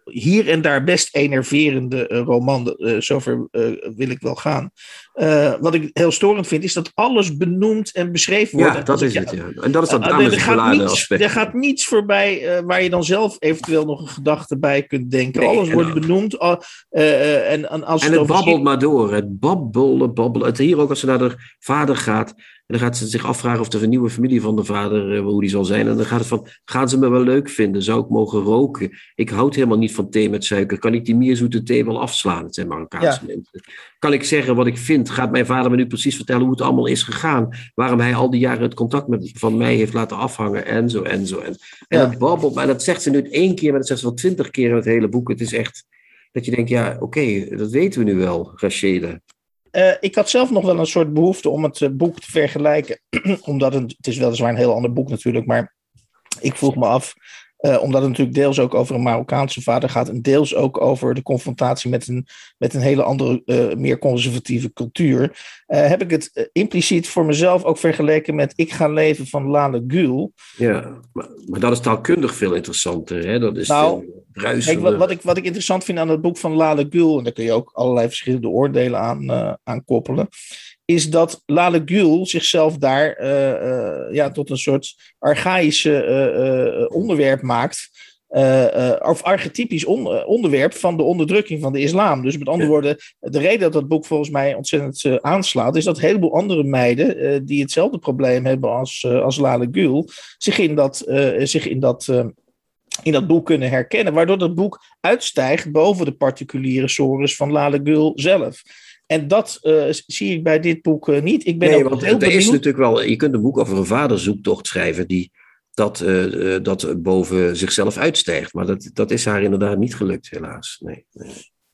hier en daar best enerverende uh, roman. Uh, zover uh, wil ik wel gaan. Uh, wat ik heel storend vind, is dat alles benoemd en beschreven wordt. Ja, dat is ja, het. Ja. En dat is dat uh, dames- er, en gaat niets, aspect. er gaat niets voorbij uh, waar je dan zelf eventueel nog een gedachte bij kunt denken. Nee, alles wordt benoemd. Uh, uh, en, en, als en het, het babbelt maar door. Het babbelen, babbelen. Het hier ook als ze naar de vader gaat. En dan gaat ze zich afvragen of er een nieuwe familie van de vader, uh, hoe die zal zijn. En dan gaat het van, gaan ze me wel leuk vinden? Zou ik mogen roken? Ik houd helemaal niet van thee met suiker. Kan ik die mierzoete thee wel afslaan? Het zijn Marokkaanse ja. mensen. Kan ik zeggen wat ik vind? Gaat mijn vader me nu precies vertellen hoe het allemaal is gegaan? Waarom hij al die jaren het contact met, van mij heeft laten afhangen? En zo, en zo. En, en ja. dat babbelt, maar dat zegt ze nu één keer, maar dat zegt ze wel twintig keer in het hele boek. Het is echt dat je denkt, ja, oké, okay, dat weten we nu wel, Rachele. Uh, ik had zelf nog wel een soort behoefte om het uh, boek te vergelijken. Omdat het, het is weliswaar een heel ander boek natuurlijk. Maar ik vroeg me af. Uh, omdat het natuurlijk deels ook over een Marokkaanse vader gaat. En deels ook over de confrontatie met een, met een hele andere, uh, meer conservatieve cultuur. Uh, heb ik het uh, impliciet voor mezelf ook vergeleken met Ik ga leven van Lale Gül. Ja, maar, maar dat is taalkundig veel interessanter. Hè? Dat is nou, kijk, wat, wat, ik, wat ik interessant vind aan het boek van Lale Gül. En daar kun je ook allerlei verschillende oordelen aan, uh, aan koppelen. Is dat Lale Gül zichzelf daar uh, uh, ja, tot een soort archaïsche uh, uh, onderwerp maakt. Uh, uh, of archetypisch on, uh, onderwerp van de onderdrukking van de islam. Dus met andere woorden, de reden dat dat boek volgens mij ontzettend uh, aanslaat, is dat een heleboel andere meiden uh, die hetzelfde probleem hebben als, uh, als Lale Gül, zich in dat, uh, zich in dat uh, in dat boek kunnen herkennen. Waardoor dat boek uitstijgt boven de particuliere sores van Lale Gül zelf. En dat uh, zie ik bij dit boek uh, niet. Ik ben nee, ook want heel er benieuwd. is natuurlijk wel, je kunt een boek over een vaderzoektocht schrijven die dat, uh, dat boven zichzelf uitstijgt. Maar dat, dat is haar inderdaad niet gelukt, helaas. Nee, nee.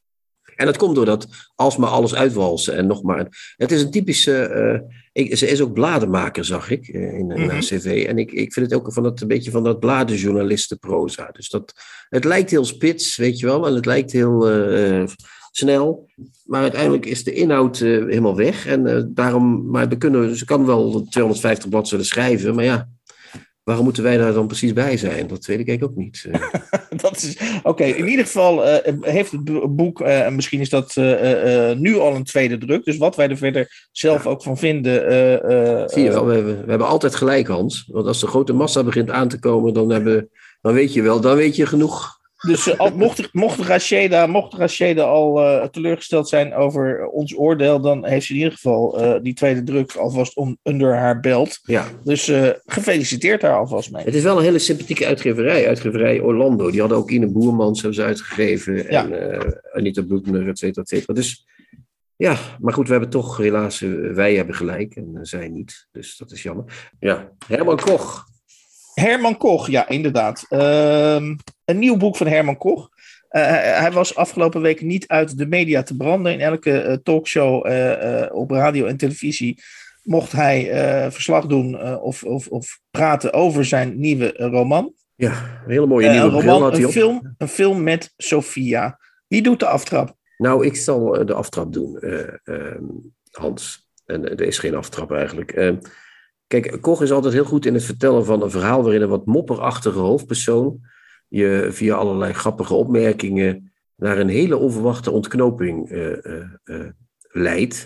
En dat komt doordat alsmaar alles uitwalsen en nog maar. Het is een typische. Uh, ik, ze is ook bladenmaker, zag ik in, in mm-hmm. haar cv. En ik, ik vind het ook van dat, een beetje van dat bladenjournalistenproza. Dus dat, het lijkt heel spits, weet je wel, en het lijkt heel uh, snel. Maar uiteindelijk is de inhoud uh, helemaal weg. En uh, daarom, maar we kunnen, ze kan wel tweehonderdvijftig bladzijden schrijven, maar ja. Waarom moeten wij daar dan precies bij zijn? Dat weet ik eigenlijk ook niet. dat is, Oké, okay, in ieder geval uh, heeft het boek, uh, misschien is dat uh, uh, nu al een tweede druk. Dus wat wij er verder zelf ja. ook van vinden. Uh, uh, Zie je wel, we hebben, we hebben altijd gelijk, Hans. Want als de grote massa begint aan te komen, dan, hebben, dan weet je wel, dan weet je genoeg. Dus uh, al, mocht, mocht Racheda, mocht Racheda al uh, teleurgesteld zijn over ons oordeel, dan heeft ze in ieder geval uh, die tweede druk alvast on, onder haar belt. Ja. Dus uh, gefeliciteerd daar alvast mee. Het is wel een hele sympathieke uitgeverij, uitgeverij Orlando. Die hadden ook Ine Boermans hebben ze uitgegeven ja. en uh, Anita Broekner, et cetera, et cetera. Dus ja, maar goed, we hebben toch helaas, uh, wij hebben gelijk en uh, zij niet. Dus dat is jammer. Ja, Herman Koch. Herman Koch, ja, inderdaad. Uh, een nieuw boek van Herman Koch. Uh, hij was afgelopen week niet uit de media te branden. In elke uh, talkshow uh, uh, op radio en televisie mocht hij uh, verslag doen uh, of, of, of praten over zijn nieuwe uh, roman. Ja, een hele mooie nieuwe uh, een roman, had hij een op. film, een film met Sophia. Wie doet de aftrap? Nou, ik zal de aftrap doen, uh, uh, Hans. En uh, er is geen aftrap eigenlijk. Uh, Kijk, Koch is altijd heel goed in het vertellen van een verhaal waarin een wat mopperachtige hoofdpersoon je via allerlei grappige opmerkingen naar een hele onverwachte ontknoping uh, uh, uh, leidt.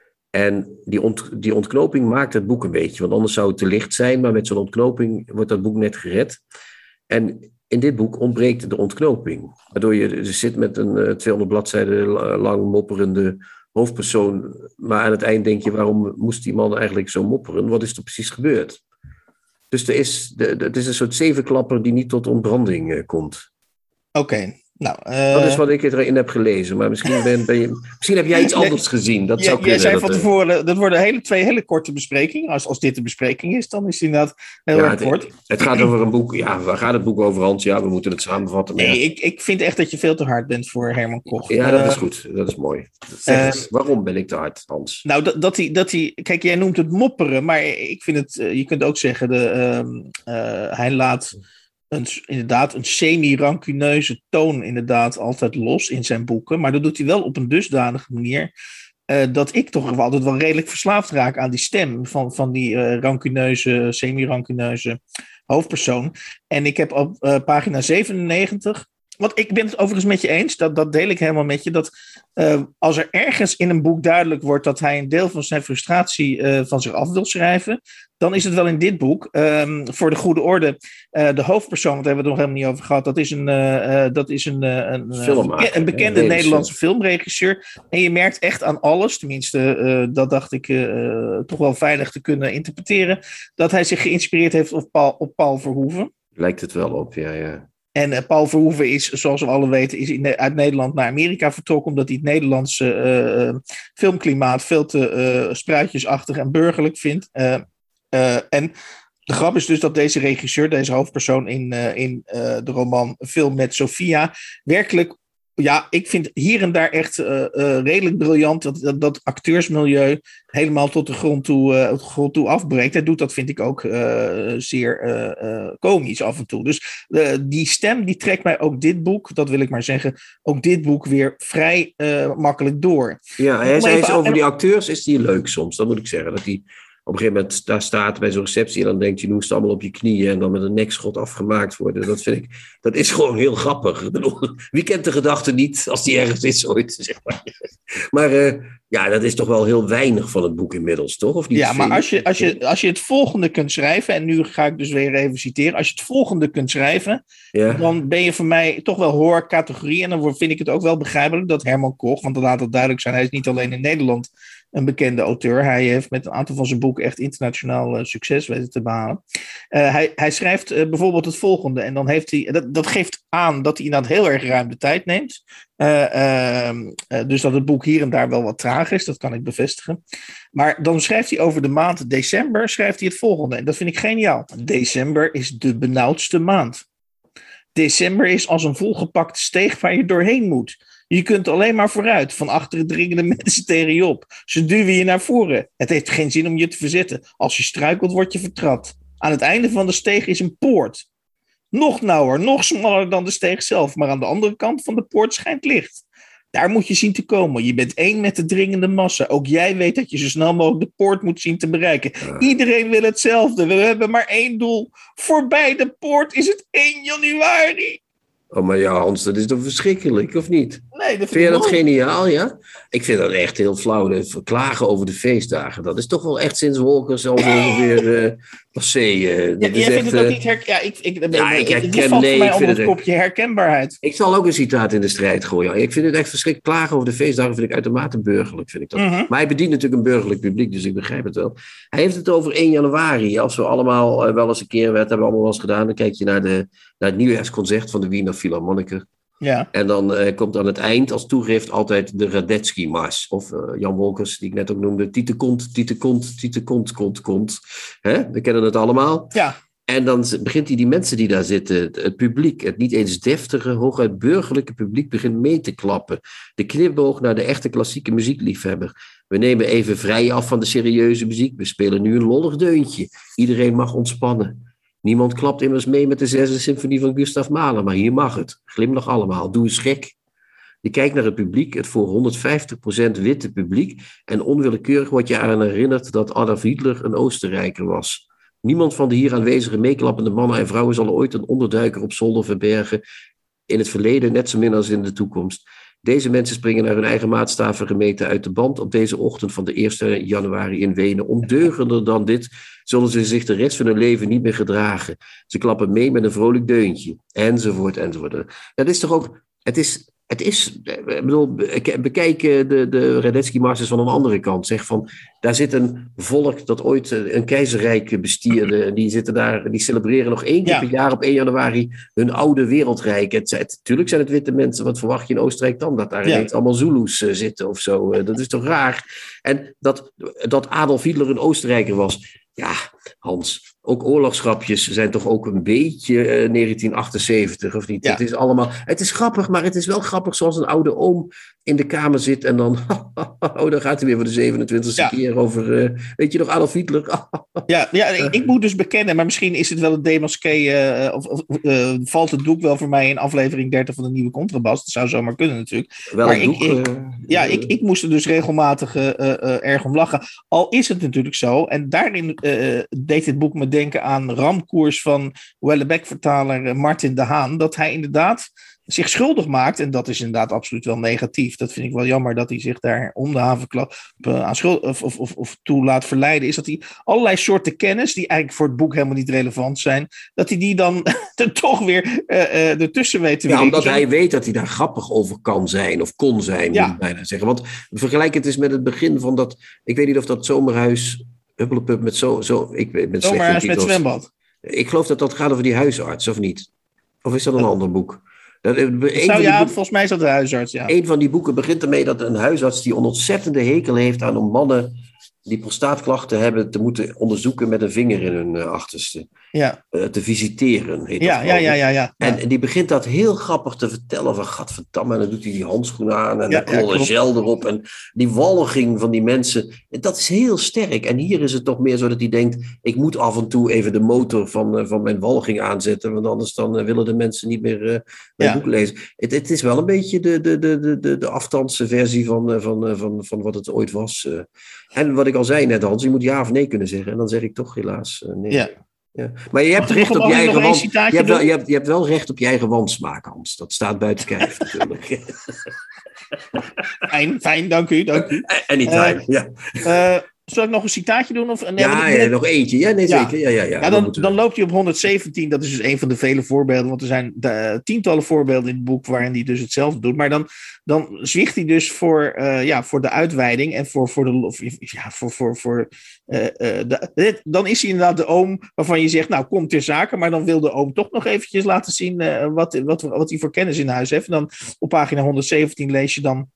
En die, ont, die ontknoping maakt het boek een beetje, want anders zou het te licht zijn, maar met zo'n ontknoping wordt dat boek net gered. En in dit boek ontbreekt de ontknoping, waardoor je dus zit met een uh, tweehonderd bladzijden lang mopperende hoofdpersoon, maar aan het eind denk je, waarom moest die man eigenlijk zo mopperen? Wat is er precies gebeurd? Dus er is, de, de, het is een soort zevenklapper die niet tot ontbranding uh, komt. Oké, okay. nou... Uh... Dat is wat ik erin heb gelezen, maar misschien, ben, ben je, misschien heb jij iets anders gezien. Dat zou ja, kunnen. Jij zei dat, van tevoren, dat worden hele, twee hele korte besprekingen. Als, als dit een bespreking is, dan is het inderdaad heel ja, erg kort. Het, het gaat over een boek, ja, waar gaat het boek over, Hans? Ja, we moeten het samenvatten. Nee, ja. ik, ik vind echt dat je veel te hard bent voor Herman Koch. Ja, dat uh, is goed. Dat is mooi. Zeg uh, eens, waarom ben ik te hard, Hans? Nou, dat, dat, hij, dat hij... Kijk, jij noemt het mopperen, maar ik vind het... Uh, je kunt ook zeggen, de, uh, uh, hij laat... Een, inderdaad een semi-rancuneuze toon inderdaad altijd los in zijn boeken. Maar dat doet hij wel op een dusdanige manier uh, dat ik toch altijd wel redelijk verslaafd raak aan die stem van, van die uh, rancuneuze, semi-rancuneuze hoofdpersoon. En ik heb op uh, pagina zevenennegentig Want ik ben het overigens met je eens, dat, dat deel ik helemaal met je, dat uh, als er ergens in een boek duidelijk wordt dat hij een deel van zijn frustratie uh, van zich af wil schrijven, dan is het wel in dit boek. Um, voor de goede orde, uh, de hoofdpersoon, want daar hebben we het nog helemaal niet over gehad, dat is een, uh, uh, dat is een, uh, een, uh, een bekende Nederlandse filmregisseur. En je merkt echt aan alles, tenminste, uh, dat dacht ik uh, toch wel veilig te kunnen interpreteren, dat hij zich geïnspireerd heeft op Paul, op Paul Verhoeven. Lijkt het wel op, ja, ja. En uh, Paul Verhoeven is, zoals we alle weten, is in, uit Nederland naar Amerika vertrokken, omdat hij het Nederlandse uh, filmklimaat veel te uh, spruitjesachtig en burgerlijk vindt. Uh, uh, en de grap is dus dat deze regisseur, deze hoofdpersoon in, uh, in uh, de roman Film met Sophia, werkelijk, ja, ik vind hier en daar echt uh, uh, redelijk briljant dat, dat, dat acteursmilieu helemaal tot de grond toe, uh, de grond toe afbreekt. Hij doet dat, vind ik, ook uh, zeer uh, uh, komisch af en toe. Dus uh, die stem, die trekt mij ook dit boek, dat wil ik maar zeggen, ook dit boek weer vrij uh, makkelijk door. Ja, hij zei eens over die acteurs, is die leuk soms, dat moet ik zeggen. Dat die op een gegeven moment daar staat bij zo'n receptie en dan denkt je, nu is het allemaal op je knieën en dan met een nekschot afgemaakt worden. Dat vind ik, dat is gewoon heel grappig. Ik bedoel, wie kent de gedachte niet als die ergens is ooit, zeg maar. Maar uh, ja, dat is toch wel heel weinig van het boek inmiddels, toch? Of niet? Ja, maar als je, als, je, als je het volgende kunt schrijven, en nu ga ik dus weer even citeren, als je het volgende kunt schrijven, ja. dan ben je voor mij toch wel hoorcategorie en dan vind ik het ook wel begrijpelijk dat Herman Koch, want dan laat het duidelijk zijn, hij is niet alleen in Nederland een bekende auteur. Hij heeft met een aantal van zijn boeken echt internationaal uh, succes weten te behalen. Uh, hij, hij schrijft uh, bijvoorbeeld het volgende. En dan heeft hij, dat, dat geeft aan dat hij inderdaad heel erg ruim de tijd neemt. Uh, uh, uh, dus dat het boek hier en daar wel wat traag is. Dat kan ik bevestigen. Maar dan schrijft hij over de maand december. Schrijft hij het volgende. En dat vind ik geniaal. December is de benauwdste maand. December is als een volgepakte steeg waar je doorheen moet. Je kunt alleen maar vooruit. Van achteren dringen de mensen tegen je op. Ze duwen je naar voren. Het heeft geen zin om je te verzetten. Als je struikelt, word je vertrapt. Aan het einde van de steeg is een poort. Nog nauwer, nog smaller dan de steeg zelf. Maar aan de andere kant van de poort schijnt licht. Daar moet je zien te komen. Je bent één met de dringende massa. Ook jij weet dat je zo snel mogelijk de poort moet zien te bereiken. Iedereen wil hetzelfde. We hebben maar één doel. Voorbij de poort is het één januari. Oh, maar ja, Hans, dat is toch verschrikkelijk, of niet? Nee, dat vind, vind je dat geniaal, ja? Ik vind dat echt heel flauw. De klagen over de feestdagen. Dat is toch wel echt sinds Wolkers al ongeveer uh, passé. Uh, ja, jij echt, vindt het ook niet herkenbaar? Ja, ik, ik, ja, ik herken, die valt nee, voor mij ik onder vind het het kopje herkenbaarheid. Ik zal ook een citaat in de strijd gooien. Ik vind het echt verschrikkelijk. Klagen over de feestdagen vind ik uitermate burgerlijk. Vind ik dat. Mm-hmm. Maar hij bedient natuurlijk een burgerlijk publiek, dus ik begrijp het wel. Hij heeft het over één januari. Als we allemaal uh, wel eens een keer, dat hebben we allemaal wel eens gedaan, dan kijk je naar, de, naar het nieuwjaarsconcert van de Wiener Philharmoniker. Ja. En dan uh, komt aan het eind als toegift altijd de Radetzky-mars. Of uh, Jan Wolkers, die ik net ook noemde. Tiete kont, tiete kont, tiete kont, kont, kont. Hè? We kennen het allemaal. Ja. En dan begint hij die mensen die daar zitten, het, het publiek, het niet eens deftige, hooguit burgerlijke publiek, begint mee te klappen. De knipoog naar de echte klassieke muziekliefhebber. We nemen even vrij af van de serieuze muziek. We spelen nu een lollig deuntje. Iedereen mag ontspannen. Niemand klapt immers mee met de zesde symfonie van Gustav Mahler, maar hier mag het. Glimlach allemaal, doe eens gek. Je kijkt naar het publiek, het voor honderdvijftig procent witte publiek, en onwillekeurig word je eraan herinnerd dat Adolf Hitler een Oostenrijker was. Niemand van de hier aanwezige meeklappende mannen en vrouwen zal ooit een onderduiker op zolder verbergen, in het verleden net zo min als in de toekomst. Deze mensen springen naar hun eigen maatstaven gemeten uit de band op deze ochtend van de eerste januari in Wenen. Ondeugender dan dit zullen ze zich de rest van hun leven niet meer gedragen. Ze klappen mee met een vrolijk deuntje, enzovoort, enzovoort. Dat is toch ook, het is, het is, ik bedoel, bekijk de, de Radetzky-marses van een andere kant. Zeg van, daar zit een volk dat ooit een keizerrijk bestierde. Die zitten daar, die celebreren nog één keer ja. per jaar op één januari hun oude wereldrijk. Het, het, tuurlijk zijn het witte mensen. Wat verwacht je in Oostenrijk dan? Dat daar ja. ineens allemaal Zulus uh, zitten of zo. Dat is toch raar? En dat, dat Adolf Hitler een Oostenrijker was. Ja, Hans, ook oorlogsgrapjes zijn toch ook een beetje uh, negentien achtenzeventig, of niet? Ja. Het is allemaal, het is grappig, maar het is wel grappig zoals een oude oom in de kamer zit en dan, oh, dan gaat hij weer voor de zevenentwintigste ja. keer over, uh, weet je nog, Adolf Hitler? ja, ja ik, ik moet dus bekennen, maar misschien is het wel het demasqué, uh, of, of uh, valt het doek wel voor mij in aflevering dertig van de Nieuwe Contrabas. Dat zou zomaar kunnen natuurlijk. Wel maar een doek, ik, ik, uh, ja, ik, ik moest er dus regelmatig uh, uh, erg om lachen. Al is het natuurlijk zo, en daarin uh, deed dit boek me denken aan Ramkoers van Wellebec-vertaler Martin de Haan, dat hij inderdaad zich schuldig maakt, en dat is inderdaad absoluut wel negatief. Dat vind ik wel jammer dat hij zich daar om de havenklap uh, aan schuld of, of, of, of toe laat verleiden. Is dat hij allerlei soorten kennis, die eigenlijk voor het boek helemaal niet relevant zijn, dat hij die dan er toch weer uh, uh, ertussen weet te Ja, werken. omdat hij weet dat hij daar grappig over kan zijn, of kon zijn, Ja. moet ik bijna zeggen. Want vergelijk het eens met het begin van dat, ik weet niet of dat zomerhuis, Huppelepup met zo, zo ik ben slecht in Zomerhuis met titels. zwembad. Ik geloof dat dat gaat over die huisarts, of niet? Of is dat een ander boek? Dat, een Dat van zou, die ja, boeken- volgens mij is dat de huisarts, ja. Een van die boeken begint ermee dat een huisarts die een ontzettende hekel heeft aan om mannen die prostaatklachten hebben te moeten onderzoeken met een vinger in hun uh, achterste. Ja, Uh, te visiteren, heet ja, dat ja, geloof ja, ik. ja, ja. En, en die begint dat heel grappig te vertellen van gadverdamme, en dan doet hij die handschoenen aan en Ja, dan ja, klolle klopt. gel erop en die walging van die mensen, dat is heel sterk. En hier is het toch meer zo dat hij denkt, ik moet af en toe even de motor van, uh, van mijn walging aanzetten, want anders dan uh, willen de mensen niet meer uh, mijn Ja. boek lezen. Het, het is wel een beetje de, de, de, de, de, de afstandse versie van, uh, van, uh, van, van wat het ooit was. Uh. En wat ik al zei net, Hans, je moet ja of nee kunnen zeggen en dan zeg ik toch helaas uh, nee. Ja. Ja. Maar je hebt Mag ik recht nog- op je mag ik eigen nog één wand. citaatje Je hebt, wel, doen? je, hebt, je hebt wel recht op je eigen wandsmaak, Hans. Dat staat buiten kijf natuurlijk. Fijn, fijn, dank u, dank u. Anytime, Uh, ja. Uh, zal ik nog een citaatje doen? Of, nee, Ja, want ik- ja, nog eentje. Ja, nee, Ja. zeker. Ja, ja, ja. Ja, Dan dan, moeten we- dan loopt hij op honderdzeventien. Dat is dus een van de vele voorbeelden. Want er zijn uh, tientallen voorbeelden in het boek waarin hij dus hetzelfde doet. Maar dan, dan zwicht hij dus voor, uh, ja, voor de uitweiding en voor, voor de. Of, ja, voor, voor, voor, uh, uh, de, dan is hij inderdaad de oom waarvan je zegt, nou, kom ter zake. Maar dan wil de oom toch nog eventjes laten zien uh, wat, wat, wat hij voor kennis in huis heeft. En dan op pagina honderdzeventien lees je dan.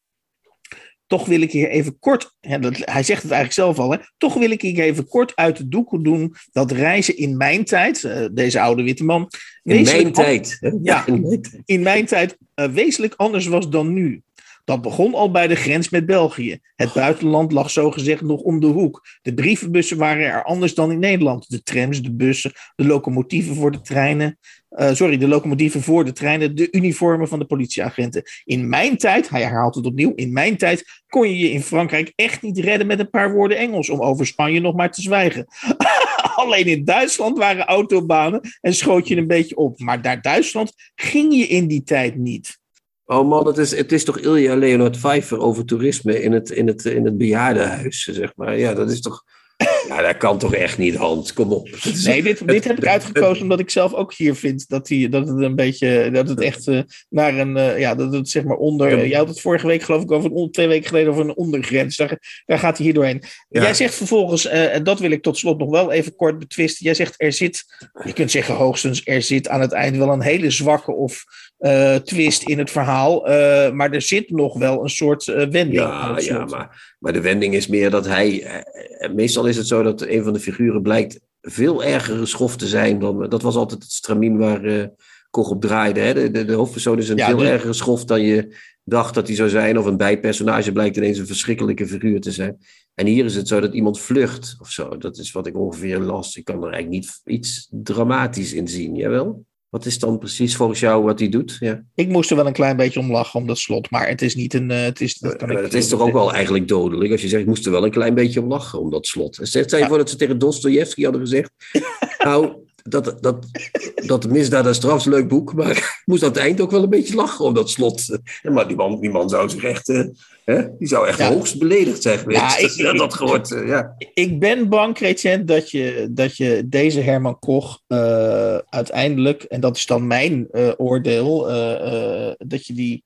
Toch wil ik hier even kort, hè, dat, hij zegt het eigenlijk zelf al, hè, toch wil ik hier even kort uit de doeken doen dat reizen in mijn tijd, uh, deze oude witte man. In mijn tijd. Hè? Ja, in mijn tijd. In mijn tijd uh, wezenlijk anders was dan nu. Dat begon al bij de grens met België. Het buitenland lag zogezegd nog om de hoek. De brievenbussen waren er anders dan in Nederland. De trams, de bussen, de locomotieven voor de treinen. Uh, sorry, de locomotieven voor de treinen, de uniformen van de politieagenten. In mijn tijd, hij herhaalt het opnieuw, in mijn tijd kon je je in Frankrijk echt niet redden met een paar woorden Engels, om over Spanje nog maar te zwijgen. Alleen in Duitsland waren autobanen en schoot je een beetje op. Maar naar Duitsland ging je in die tijd niet. Oh man, het is, het is toch Ilja Leonard Pfeiffer over toerisme in het, in het, in het bejaardenhuis, zeg maar. Ja, dat is toch... Ja, dat kan toch echt niet, Hans? Kom op. Nee, dit, dit heb ik uitgekozen omdat ik zelf ook hier vind dat, die, dat het een beetje, dat het echt uh, naar een, uh, ja, dat het zeg maar onder, uh, jij had het vorige week geloof ik over, een, twee weken geleden over een ondergrens, daar, daar gaat hij hier doorheen. Ja. Jij zegt vervolgens, uh, en dat wil ik tot slot nog wel even kort betwisten, jij zegt er zit, je kunt zeggen hoogstens, er zit aan het eind wel een hele zwakke of uh, twist in het verhaal, uh, maar er zit nog wel een soort uh, wending. Ja, ja maar, maar de wending is meer dat hij, uh, meestal is het zo dat een van de figuren blijkt veel erger schof te zijn dan... Dat was altijd het stramien waar uh, Koch op draaide. Hè? De, de, de hoofdpersoon is een ja, veel de... ergere schof dan je dacht dat hij zou zijn. Of een bijpersonage blijkt ineens een verschrikkelijke figuur te zijn. En hier is het zo dat iemand vlucht of zo. Dat is wat ik ongeveer las. Ik kan er eigenlijk niet iets dramatisch in zien. Jawel? Wat is dan precies volgens jou wat hij doet? Ja. Ik moest er wel een klein beetje om lachen om dat slot, maar het is niet een... Uh, het is, dat kan ja, ik het is toch ook wel eigenlijk dodelijk als je zegt, ik moest er wel een klein beetje om lachen om dat slot. Stel je ja. voor dat ze tegen Dostojevski hadden gezegd, nou, dat, dat, dat Misdaad en Straf is een leuk boek, maar ik moest aan het eind ook wel een beetje lachen om dat slot. Maar die man, die man zou zich echt... Uh, Hè? Die zou echt ja. hoogst beledigd zijn geweest. Ja, ik, dat, dat gehoord, uh, ja. ik ben bang, Chrétien, dat je, dat je deze Herman Koch uh, uiteindelijk, en dat is dan mijn uh, oordeel, uh, uh, dat je die,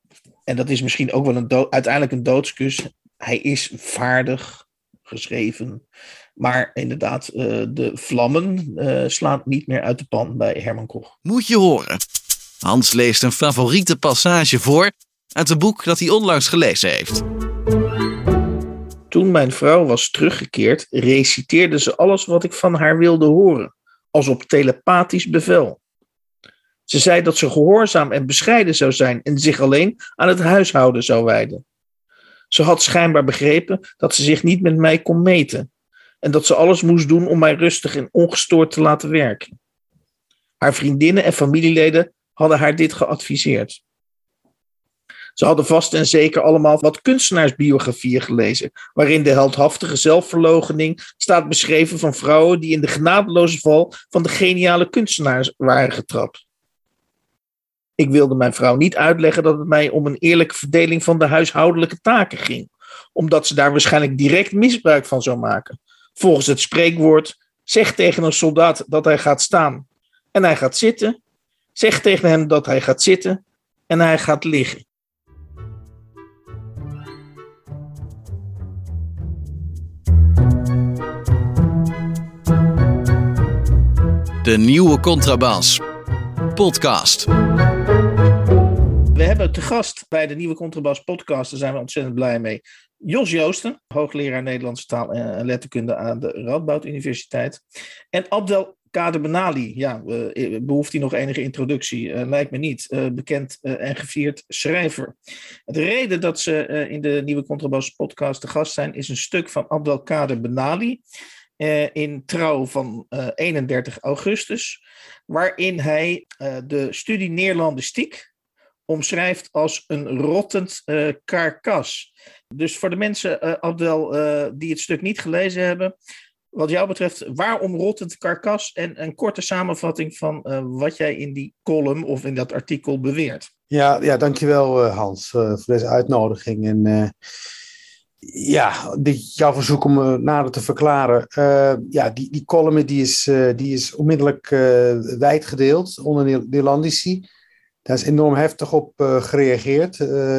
en dat is misschien ook wel een dood, uiteindelijk een doodskus, hij is vaardig geschreven, maar inderdaad, uh, de vlammen uh, slaan niet meer uit de pan bij Herman Koch. Moet je horen. Hans leest een favoriete passage voor uit een boek dat hij onlangs gelezen heeft. Toen mijn vrouw was teruggekeerd, reciteerde ze alles wat ik van haar wilde horen, als op telepathisch bevel. Ze zei dat ze gehoorzaam en bescheiden zou zijn en zich alleen aan het huishouden zou wijden. Ze had schijnbaar begrepen dat ze zich niet met mij kon meten en dat ze alles moest doen om mij rustig en ongestoord te laten werken. Haar vriendinnen en familieleden hadden haar dit geadviseerd. Ze hadden vast en zeker allemaal wat kunstenaarsbiografieën gelezen, waarin de heldhaftige zelfverloochening staat beschreven van vrouwen die in de genadeloze val van de geniale kunstenaars waren getrapt. Ik wilde mijn vrouw niet uitleggen dat het mij om een eerlijke verdeling van de huishoudelijke taken ging, omdat ze daar waarschijnlijk direct misbruik van zou maken. Volgens het spreekwoord, zeg tegen een soldaat dat hij gaat staan en hij gaat zitten. Zeg tegen hem dat hij gaat zitten en hij gaat liggen. De Nieuwe Contrabas podcast. We hebben te gast bij de Nieuwe Contrabas podcast, daar zijn we ontzettend blij mee, Jos Joosten, hoogleraar Nederlandse taal en letterkunde aan de Radboud Universiteit. En Abdelkader Benali, ja, uh, behoeft hij nog enige introductie? Uh, lijkt me niet. Uh, bekend uh, en gevierd schrijver. De reden dat ze uh, in de Nieuwe Contrabas podcast te gast zijn, is een stuk van Abdelkader Benali uh, in Trouw van uh, eenendertig augustus, waarin hij uh, de studie Neerlandistiek omschrijft als een rottend uh, karkas. Dus voor de mensen, uh, Abdel, uh, die het stuk niet gelezen hebben, wat jou betreft, waarom rottend karkas? En een korte samenvatting van uh, wat jij in die column of in dat artikel beweert. Ja, ja dankjewel uh, Hans uh, voor deze uitnodiging. En uh, ja, dit, jouw verzoek om uh, nader te verklaren. Uh, ja, die, die column die is, uh, die is onmiddellijk uh, wijd gedeeld onder Neerlandici. Daar is enorm heftig op uh, gereageerd. Uh,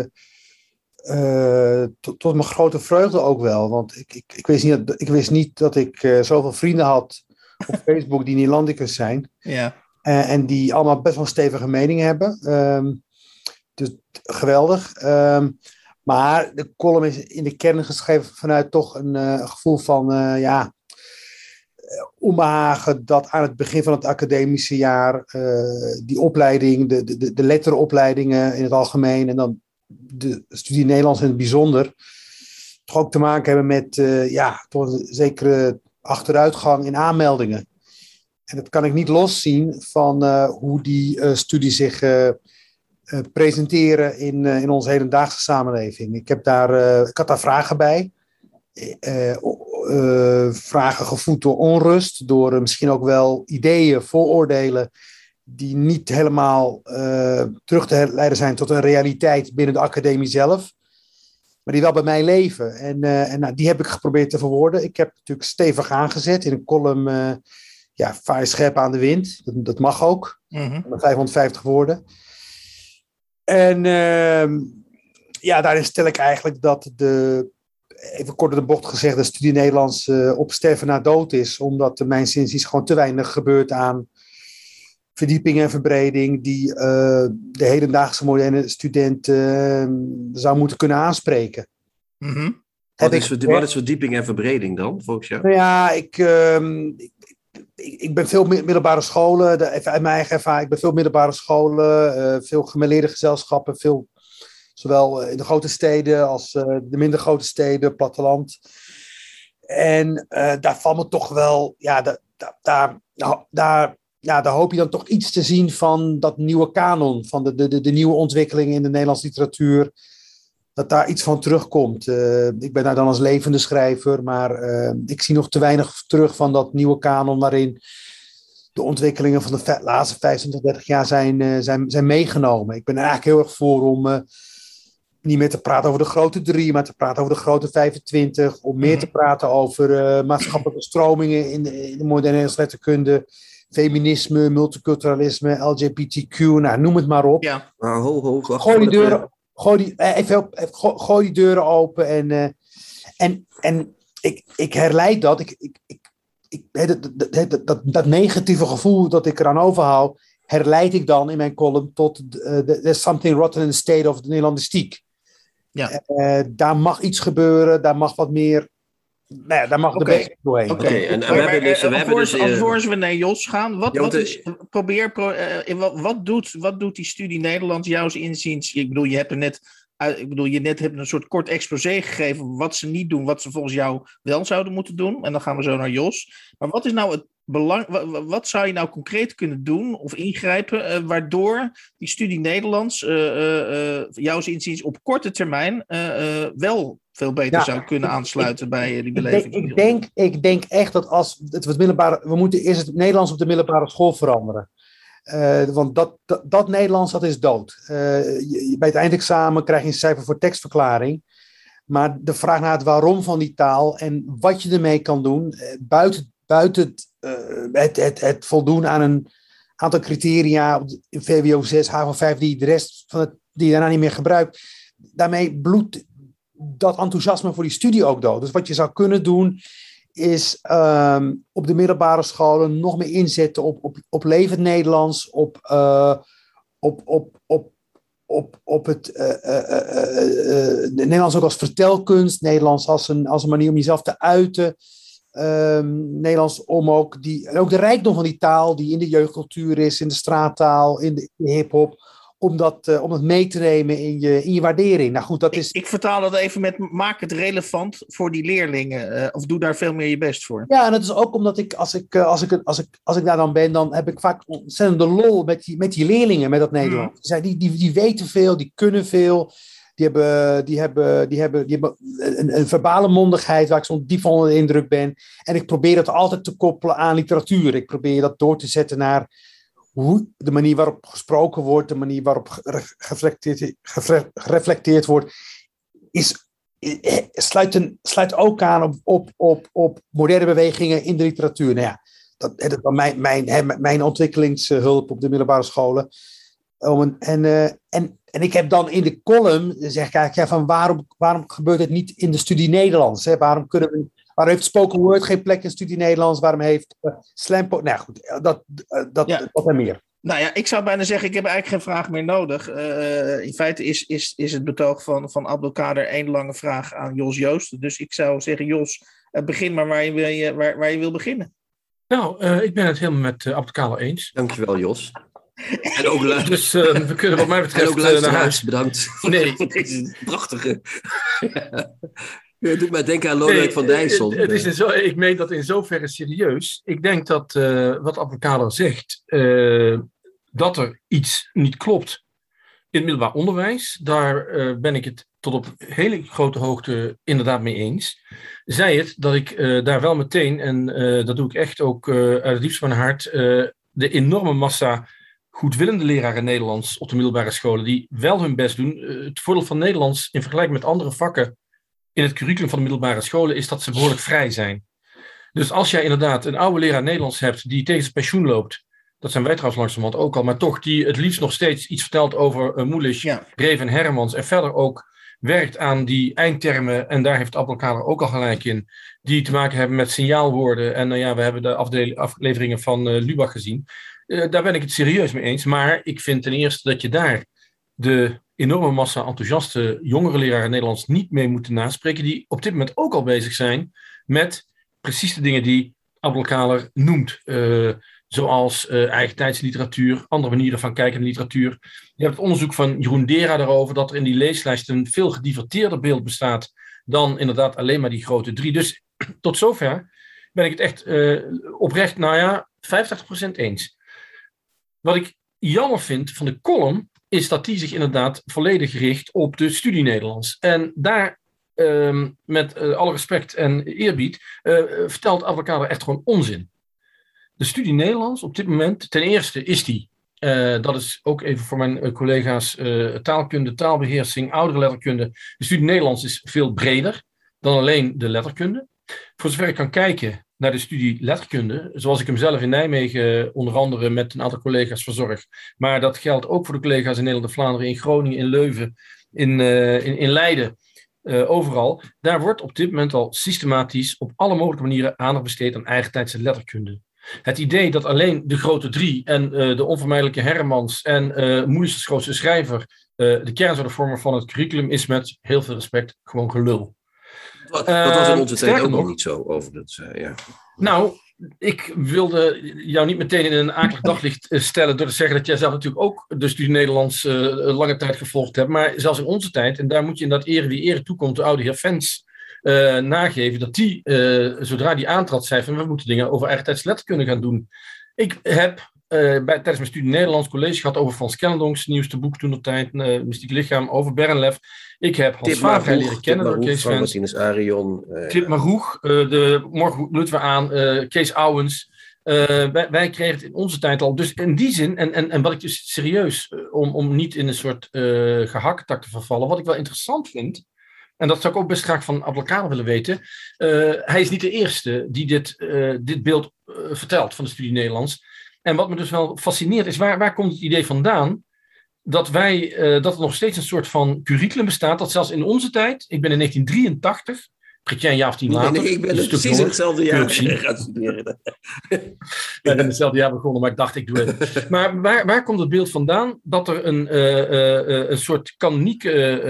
uh, tot, tot mijn grote vreugde ook wel. Want ik, ik, ik, wist, niet dat, ik wist niet dat ik uh, zoveel vrienden had op Facebook die Neerlandicus zijn. Ja. Uh, en die allemaal best wel stevige meningen hebben. Um, dus geweldig. Um, maar de column is in de kern geschreven vanuit toch een uh, gevoel van uh, ja, onbehagen dat aan het begin van het academische jaar uh, die opleiding, de, de, de letterenopleidingen in het algemeen en dan de studie Nederlands in het bijzonder, toch ook te maken hebben met uh, ja, toch een zekere achteruitgang in aanmeldingen. En dat kan ik niet loszien van uh, hoe die uh, studies zich uh, uh, presenteren in, uh, in onze hedendaagse samenleving. Ik, heb daar, uh, ik had daar vragen bij. Uh, uh, vragen gevoed door onrust, door uh, misschien ook wel ideeën, vooroordelen die niet helemaal uh, terug te leiden zijn tot een realiteit binnen de academie zelf, maar die wel bij mij leven. En, uh, en nou, die heb ik geprobeerd te verwoorden. Ik heb natuurlijk stevig aangezet in een column, uh, ja, vaar scherp aan de wind. Dat, dat mag ook, mm-hmm. Met vijfhonderdvijftig woorden. En uh, ja, daarin stel ik eigenlijk dat de even kort in de bocht gezegd, de studie Nederlands uh, op sterven na dood is, omdat er mijn zinziens gewoon te weinig gebeurt aan verdieping en verbreding die uh, de hedendaagse moderne student uh, zou moeten kunnen aanspreken. Mm-hmm. Wat, is, ik, wat is verdieping en verbreding dan, volgens jou? Nou ja, ik, uh, ik, ik, ik ben veel middelbare scholen, de, even uit mijn eigen ervaring, ik ben veel middelbare scholen, uh, veel gemêleerde gezelschappen, veel zowel in de grote steden als uh, de minder grote steden, platteland. En uh, daar valt me toch wel, ja, da, da, daar, daar, ja, daar hoop je dan toch iets te zien van dat nieuwe kanon, van de, de, de nieuwe ontwikkelingen in de Nederlandse literatuur, dat daar iets van terugkomt. Uh, ik ben daar dan als levende schrijver, maar uh, ik zie nog te weinig terug van dat nieuwe kanon waarin de ontwikkelingen van de laatste vijfentwintig, dertig jaar zijn, uh, zijn, zijn meegenomen. Ik ben er eigenlijk heel erg voor om Uh, niet meer te praten over de grote drie, maar te praten over de grote vijfentwintig. Om meer te praten over uh, maatschappelijke stromingen in de, in de moderne Nederlandse letterkunde. Feminisme, multiculturalisme, L G B T Q, nou, noem het maar op. Ja. Nou, ho, ho, wacht, gooi, die deuren, gooi, die, even, even, gooi die deuren open. En, uh, en, en ik, ik herleid dat. Ik, ik, ik, ik, dat, dat, dat, dat negatieve gevoel dat ik eraan overhoud, herleid ik dan in mijn column tot uh, there's something rotten in the state of de Neerlandistiek. Ja. Uh, daar mag iets gebeuren, daar mag wat meer. Nou ja, daar mag okay. de beter doorheen. Oké, okay. en, en we hebben dus. We hebben dus alvorens we naar Jos gaan, wat, ja, wat, is, probeer, pro, uh, wat, wat, doet, wat doet die studie Nederlands jouw inziens? Ik bedoel, je hebt er net. Ik bedoel, je net hebt een soort kort exposé gegeven wat ze niet doen, wat ze volgens jou wel zouden moeten doen. En dan gaan we zo naar Jos. Maar wat is nou het belang? Wat, wat zou je nou concreet kunnen doen of ingrijpen, uh, waardoor die studie Nederlands uh, uh, uh, jouw inziens op korte termijn uh, uh, wel veel beter ja, zou kunnen aansluiten ik, bij uh, die beleving? Ik denk, ik denk echt dat als het middelbare, we moeten eerst het Nederlands op de middelbare school veranderen. Uh, want dat, dat, dat Nederlands, dat is dood. Uh, je, bij het eindexamen krijg je een cijfer voor tekstverklaring. Maar de vraag naar het waarom van die taal en wat je ermee kan doen, buiten, buiten het, uh, het, het, het voldoen aan een aantal criteria in V W O zes, H A V O vijf, die de rest van het, die je daarna niet meer gebruikt, daarmee bloedt dat enthousiasme voor die studie ook dood. Dus wat je zou kunnen doen, is um, op de middelbare scholen nog meer inzetten op, op, op levend Nederlands, op, uh, op, op, op, op, op het uh, uh, uh, uh, Nederlands ook als vertelkunst, Nederlands als een, als een manier om jezelf te uiten, um, Nederlands om ook, die, en ook de rijkdom van die taal die in de jeugdcultuur is, in de straattaal, in de, de hip-hop, om dat, uh, om dat mee te nemen in je, in je waardering. Nou goed, dat is... ik, ik vertaal dat even met maak het relevant voor die leerlingen. Uh, of doe daar veel meer je best voor. Ja, en dat is ook omdat ik, als ik, uh, als ik, als ik, als ik daar dan ben, dan heb ik vaak ontzettende lol met die, met die leerlingen, met dat Nederlands. Mm. Die, die, die weten veel, die kunnen veel. Die hebben, die hebben, die hebben, die hebben een, een verbale mondigheid waar ik zo diep van onder de indruk ben. En ik probeer dat altijd te koppelen aan literatuur. Ik probeer dat door te zetten naar hoe de manier waarop gesproken wordt, de manier waarop gereflecteerd, gereflecteerd wordt, is, sluit, een, sluit ook aan op, op, op, op moderne bewegingen in de literatuur. Nou ja, dat is mijn, mijn, mijn ontwikkelingshulp op de middelbare scholen. En, en, en, en ik heb dan in de column, zeg ik eigenlijk, ja, van waarom, waarom gebeurt het niet in de studie Nederlands? Hè? Waarom kunnen we... Waarom heeft spoken word geen plek in studie Nederlands? Waarom heeft uh, slam... Nou goed, dat, uh, dat, ja. dat en meer. Nou ja, ik zou bijna zeggen, ik heb eigenlijk geen vraag meer nodig. Uh, in feite is, is, is het betoog van, van Abdelkader één lange vraag aan Jos Joost. Dus ik zou zeggen, Jos, uh, begin maar waar je, wil, je, waar, waar je wil beginnen. Nou, uh, ik ben het helemaal met uh, Abdelkader eens. Dankjewel, Jos. En ook luisteraars. Dus uh, we kunnen wat mij betreft en ook luisteraars, naar huis. Bedankt nee. voor deze prachtige... Het doet mij denken aan Lodewijk nee, van Dijssel. Het, het is in zo, ik meen dat in zoverre serieus. Ik denk dat uh, wat Abdelkader zegt, uh, dat er iets niet klopt in het middelbaar onderwijs. Daar uh, ben ik het tot op hele grote hoogte inderdaad mee eens. Zij het dat ik uh, daar wel meteen, en uh, dat doe ik echt ook uh, uit het diepst van mijn hart, uh, de enorme massa goedwillende leraren Nederlands op de middelbare scholen, die wel hun best doen. Uh, het voordeel van Nederlands in vergelijking met andere vakken in het curriculum van de middelbare scholen is dat ze behoorlijk vrij zijn. Dus als jij inderdaad een oude leraar Nederlands hebt die tegen zijn pensioen loopt, dat zijn wij trouwens langzamerhand ook al, maar toch die het liefst nog steeds iets vertelt over uh, Moelisch, ja. Reven en Hermans en verder ook werkt aan die eindtermen, en daar heeft Abdelkader ook al gelijk in, die te maken hebben met signaalwoorden. En uh, ja, we hebben de afdele- afleveringen van uh, Lubach gezien. Uh, daar ben ik het serieus mee eens, maar ik vind ten eerste dat je daar de enorme massa enthousiaste jongere leraren Nederlands niet mee moeten naspreken, die op dit moment ook al bezig zijn met precies de dingen die Abdelkader noemt. Uh, zoals uh, eigentijds-literatuur, andere manieren van kijken naar literatuur. Je hebt het onderzoek van Jeroen Dera daarover, dat er in die leeslijst een veel gediverteerder beeld bestaat dan inderdaad alleen maar die grote drie. Dus tot zover ben ik het echt uh, oprecht, nou ja, vijfentachtig procent eens. Wat ik jammer vind van de column, is dat die zich inderdaad volledig richt op de studie Nederlands. En daar, uh, met uh, alle respect en eerbied, uh, vertelt Abdelkader echt gewoon onzin. De studie Nederlands op dit moment, ten eerste is die, uh, dat is ook even voor mijn uh, collega's, uh, taalkunde, taalbeheersing, ouderenletterkunde. De studie Nederlands is veel breder dan alleen de letterkunde. Voor zover ik kan kijken naar de studie letterkunde, zoals ik hem zelf in Nijmegen onder andere met een aantal collega's verzorg. Maar dat geldt ook voor de collega's in Nederland en Vlaanderen, in Groningen, in Leuven, in, uh, in, in Leiden, uh, overal. Daar wordt op dit moment al systematisch op alle mogelijke manieren aandacht besteed aan eigentijdse letterkunde. Het idee dat alleen de grote drie en uh, de onvermijdelijke Hermans en uh, Moelisch als grootste schrijver uh, de kern zouden vormen van het curriculum is met heel veel respect gewoon gelul. Dat, dat was in onze uh, tijd ook nog niet zo, overigens. Uh, ja. Nou, ik wilde jou niet meteen in een akelig daglicht stellen door te zeggen dat jij zelf natuurlijk ook de studie Nederlands uh, lange tijd gevolgd hebt. Maar zelfs in onze tijd, en daar moet je inderdaad ere wie ere toekomt, de oude heer Vens uh, nageven, dat die, uh, zodra die aantrad, zei van we moeten dingen over eigentijds letterkunde gaan doen. Ik heb uh, bij, tijdens mijn studie Nederlands college gehad over Frans Kellendonks nieuwste boek toen de tijd, uh, Mystiek Lichaam, over Berenlef. Ik heb Hans Favrij leren kennen door Kees Vens. Arion. Uh, Tip Maroeg, uh, de Morgen Lutwe aan, uh, Kees Ouwens. Uh, wij, wij kregen het in onze tijd al. Dus in die zin, en, en, en wat ik dus serieus, uh, om, om niet in een soort uh, gehakketak te vervallen, wat ik wel interessant vind, en dat zou ik ook best graag van Abdelkader willen weten, uh, hij is niet de eerste die dit, uh, dit beeld uh, vertelt van de studie Nederlands. En wat me dus wel fascineert is, waar, waar komt het idee vandaan dat, wij, uh, dat er nog steeds een soort van curriculum bestaat, dat zelfs in onze tijd, ik ben in negentien drieëntachtig, Chrétien een jaar of tien later. Nee, nee, ik ben dus precies in hetzelfde jaar gaan studeren. Ik ben in hetzelfde jaar begonnen, maar ik dacht, ik doe het. Maar waar, waar komt het beeld vandaan dat er een, uh, uh, een soort kanonieke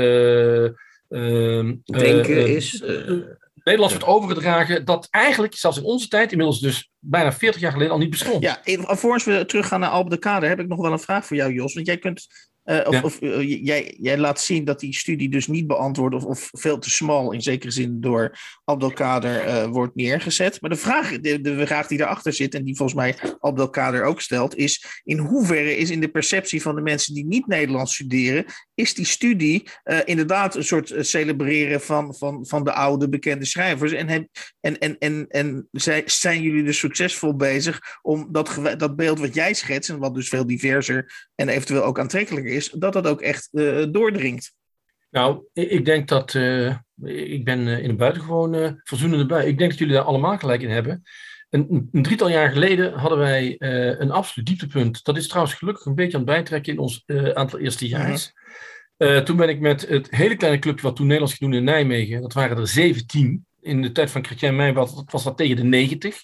uh, uh, denken uh, is... Uh, Nederlands wordt overgedragen, dat eigenlijk, zelfs in onze tijd, inmiddels dus bijna veertig jaar geleden, al niet bestond. Ja, alvorens we teruggaan naar Abdelkader, heb ik nog wel een vraag voor jou, Jos. Want jij kunt... Uh, of, ja. of uh, jij, jij laat zien dat die studie dus niet beantwoord of, of veel te smal in zekere zin door Abdelkader uh, wordt neergezet. Maar de vraag, de, de vraag die daarachter zit en die volgens mij Abdelkader ook stelt, is in hoeverre is in de perceptie van de mensen die niet Nederlands studeren, is die studie uh, inderdaad een soort uh, celebreren van, van, van de oude bekende schrijvers en, heb, en, en, en, en zij, zijn jullie dus succesvol bezig om dat, dat beeld wat jij schetst en wat dus veel diverser en eventueel ook aantrekkelijker is, dat dat ook echt uh, doordringt? Nou, ik denk dat... Uh, ik ben uh, in een buitengewoon uh, verzoenende bui. Ik denk dat jullie daar allemaal gelijk in hebben. Een, een drietal jaar geleden hadden wij uh, een absoluut dieptepunt. Dat is trouwens gelukkig een beetje aan het bijtrekken in ons uh, aantal eerstejaars. Uh, toen ben ik met het hele kleine clubje wat toen Nederlands ging doen in Nijmegen, dat waren er zeventien. In de tijd van Chrétien Meij was, was dat tegen de negentig.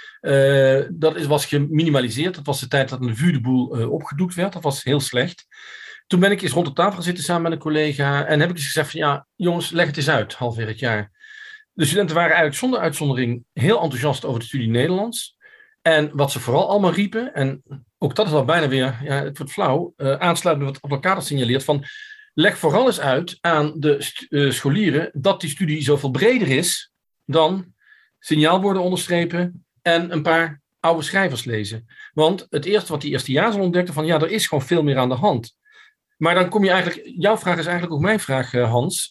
Uh, dat is, was geminimaliseerd. Dat was de tijd dat een vuur de boel uh, opgedoekt werd. Dat was heel slecht. Toen ben ik eens rond de tafel gaan zitten samen met een collega en heb ik dus gezegd van ja, jongens, leg het eens uit, halfweer het jaar. De studenten waren eigenlijk zonder uitzondering heel enthousiast over de studie Nederlands. En wat ze vooral allemaal riepen, en ook dat is al bijna weer, ja, het wordt flauw, uh, aansluitend met wat Abdelkader signaleert, van leg vooral eens uit aan de st- uh, scholieren dat die studie zoveel breder is dan signaalborden onderstrepen en een paar oude schrijvers lezen. Want het eerste wat die eerstejaars al ontdekten, van ja, er is gewoon veel meer aan de hand. Maar dan kom je eigenlijk, jouw vraag is eigenlijk ook mijn vraag, Hans.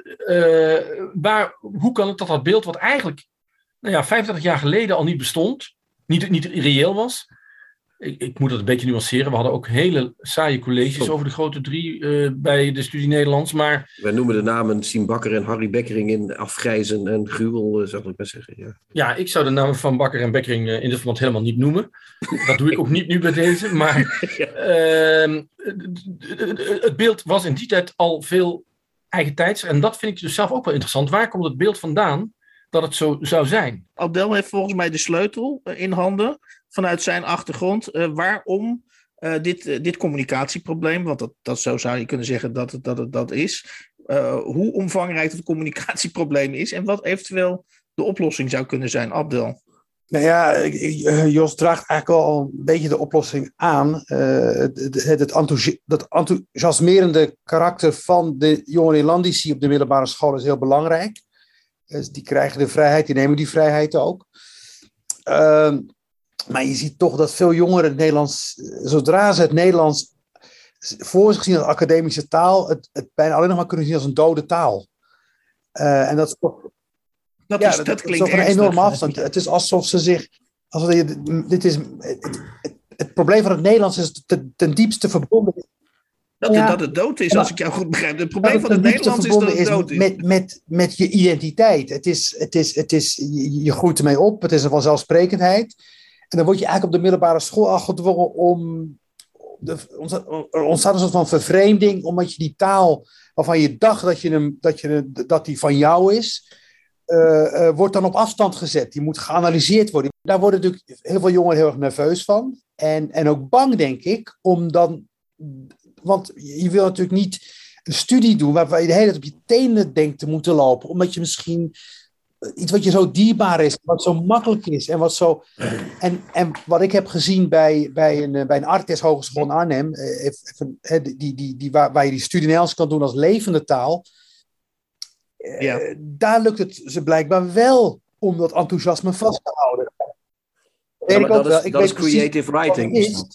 Uh, uh, waar, hoe kan het dat dat beeld wat eigenlijk nou ja, vijfendertig jaar geleden al niet bestond, niet, niet reëel was. Ik, ik moet dat een beetje nuanceren. We hadden ook hele saaie colleges oh. over de grote drie uh, bij de studie Nederlands. Maar... Wij noemen de namen Siem Bakker en Harry Bekkering in afgrijzen en gruwel, zou ik maar zeggen. Ja. ja, ik zou de namen van Bakker en Bekkering uh, in dit verband helemaal niet noemen. Dat doe ik ook niet nu bij deze. Maar ja. uh, het beeld was in die tijd al veel eigentijds. En dat vind ik dus zelf ook wel interessant. Waar komt het beeld vandaan dat het zo zou zijn? Abdel heeft volgens mij de sleutel uh, in handen vanuit zijn achtergrond. Uh, waarom uh, dit, uh, dit communicatieprobleem, want dat, dat zo zou je kunnen zeggen dat het dat, het, dat is, uh, hoe omvangrijk het communicatieprobleem is en wat eventueel de oplossing zou kunnen zijn. Abdel. Nou ja, Jos draagt eigenlijk al een beetje de oplossing aan. Uh, het, het, het enthousi- dat enthousiasmerende karakter van de jonge Nederlandici op de middelbare school is heel belangrijk. Dus die krijgen de vrijheid, die nemen die vrijheid ook. Uh, maar je ziet toch dat veel jongeren het Nederlands, zodra ze het Nederlands voor zich zien als academische taal, het, het bijna alleen nog maar kunnen zien als een dode taal. Uh, en dat is toch... Dat, ja, is, dat, dat klinkt is toch een enorme afstand. Het is alsof ze zich... Alsof je, dit is, het, het, het probleem van het Nederlands is ten, ten diepste verbonden. Dat, ja, dat het dood is, als ik jou goed begrijp. Het probleem van het Nederlands is dat het dood is. Met, met, met je identiteit. Het is, het is, het is, je, je groeit ermee op. Het is een vanzelfsprekendheid. En dan word je eigenlijk op de middelbare school al gedwongen om... De, er ontstaat een soort van vervreemding, omdat je die taal waarvan je dacht dat, je hem, dat, je, dat die van jou is... Uh, uh, wordt dan op afstand gezet. Die moet geanalyseerd worden. Daar worden natuurlijk heel veel jongeren heel erg nerveus van. En, en ook bang, denk ik, om dan... Want je wil natuurlijk niet een studie doen waar je de hele tijd op je tenen denkt te moeten lopen. Omdat je misschien iets wat je zo dierbaar is, wat zo makkelijk is. En wat, zo, en, en wat ik heb gezien bij, bij een, bij een Artes Hogeschool in Arnhem, die, die, die, die, waar, waar je die studie Nederlands kan doen als levende taal... Ja. Uh, daar lukt het ze blijkbaar wel om dat enthousiasme vast te houden. Ja, maar dat is, ik dat is creative writing. Is dat.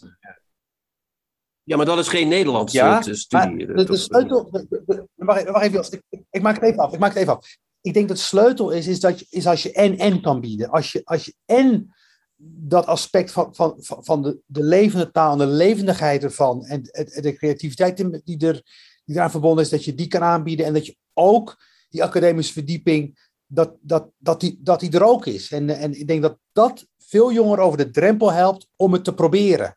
Ja, maar dat is geen Nederlands ja, studie. De, de sleutel, de, de, de, wacht, wacht even, ik, ik maak het even af. Ik maak het even af. Ik denk dat de sleutel is, is, dat je, is als je en-en kan bieden. Als je, als je en dat aspect van, van, van de, de levende taal en de levendigheid ervan en de creativiteit die, er, die eraan verbonden is, dat je die kan aanbieden en dat je ook die academische verdieping, dat, dat, dat, die, dat die er ook is. En, en ik denk dat dat veel jongeren over de drempel helpt om het te proberen.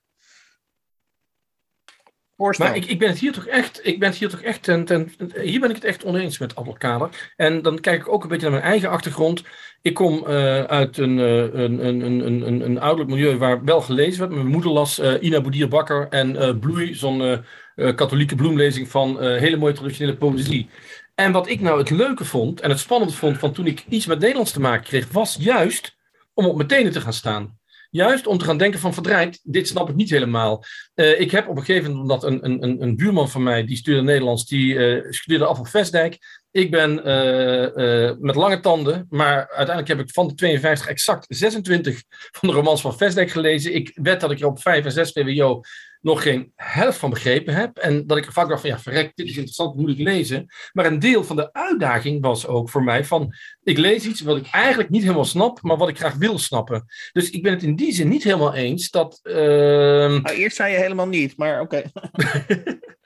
Maar ik, ik ben het hier toch echt, ik ben het hier toch echt, ten, ten, hier ben ik het echt oneens met Abdelkader. En dan kijk ik ook een beetje naar mijn eigen achtergrond. Ik kom uh, uit een, uh, een, een, een, een, een ouderlijk milieu waar wel gelezen werd. Mijn moeder las uh, Ina Boudierbakker en uh, Bloei, zo'n uh, uh, katholieke bloemlezing van uh, hele mooie traditionele poëzie. En wat ik nou het leuke vond en het spannende vond van toen ik iets met Nederlands te maken kreeg, was juist om op mijn tenen te gaan staan. Juist om te gaan denken van verdraaid, dit snap ik niet helemaal. Uh, ik heb op een gegeven moment, omdat een, een, een buurman van mij, die studeerde Nederlands, die uh, studeerde af op Vestdijk. Ik ben uh, uh, met lange tanden, maar uiteindelijk heb ik van de tweeënvijftig exact zesentwintig van de romans van Vestdijk gelezen. Ik weet dat ik er op vijf en zes V W O nog geen helft van begrepen heb. En dat ik vaak dacht van ja, verrek, dit is interessant, moet ik lezen. Maar een deel van de uitdaging was ook voor mij van, ik lees iets wat ik eigenlijk niet helemaal snap, maar wat ik graag wil snappen. Dus ik ben het in die zin niet helemaal eens dat... Uh... Nou, eerst zei je helemaal niet, maar oké. Okay.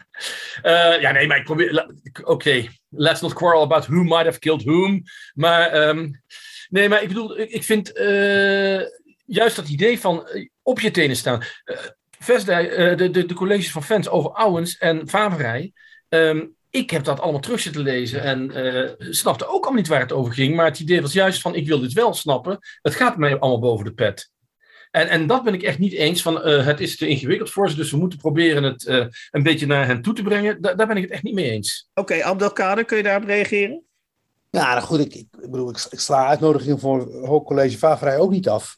uh, ja, nee, maar ik probeer... Oké, okay. Let's not quarrel about who might have killed whom. Maar, um... nee, maar ik bedoel, ik, ik vind uh, juist dat idee van uh, op je tenen staan... Uh, Vestdijk, uh, de, de, de colleges van Vens over Ouwens en Faverij. Um, ik heb dat allemaal terug zitten lezen en uh, snapte ook allemaal niet waar het over ging. Maar het idee was juist van, ik wil dit wel snappen. Het gaat mij allemaal boven de pet. En, en dat ben ik echt niet eens van, uh, het is te ingewikkeld voor ze, dus we moeten proberen het uh, een beetje naar hen toe te brengen. Da- daar ben ik het echt niet mee eens. Oké, okay, Abdelkader, kun je daarop reageren? Ja, nou goed, ik, ik, ik bedoel, ik, ik sla uitnodigingen voor Hoogcollege Faverij ook niet af.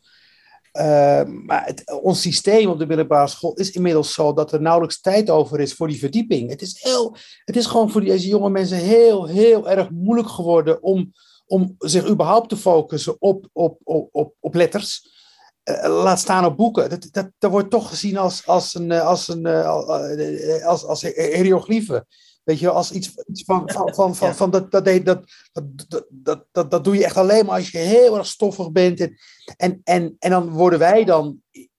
Uh, maar het, ons systeem op de middelbare school is inmiddels zo dat er nauwelijks tijd over is voor die verdieping. Het is, heel, het is gewoon voor deze jonge mensen heel, heel erg moeilijk geworden om, om zich überhaupt te focussen op, op, op, op, op letters. Uh, laat staan op boeken. Dat, dat, dat wordt toch gezien als, als, een, als, een, als, als hieroglyphen. Weet je, als iets, iets van, van, van, van, van dat, dat, dat, dat, dat, dat, dat, dat doe je echt alleen maar als je heel erg stoffig bent. En, en, en, en dan worden wij dan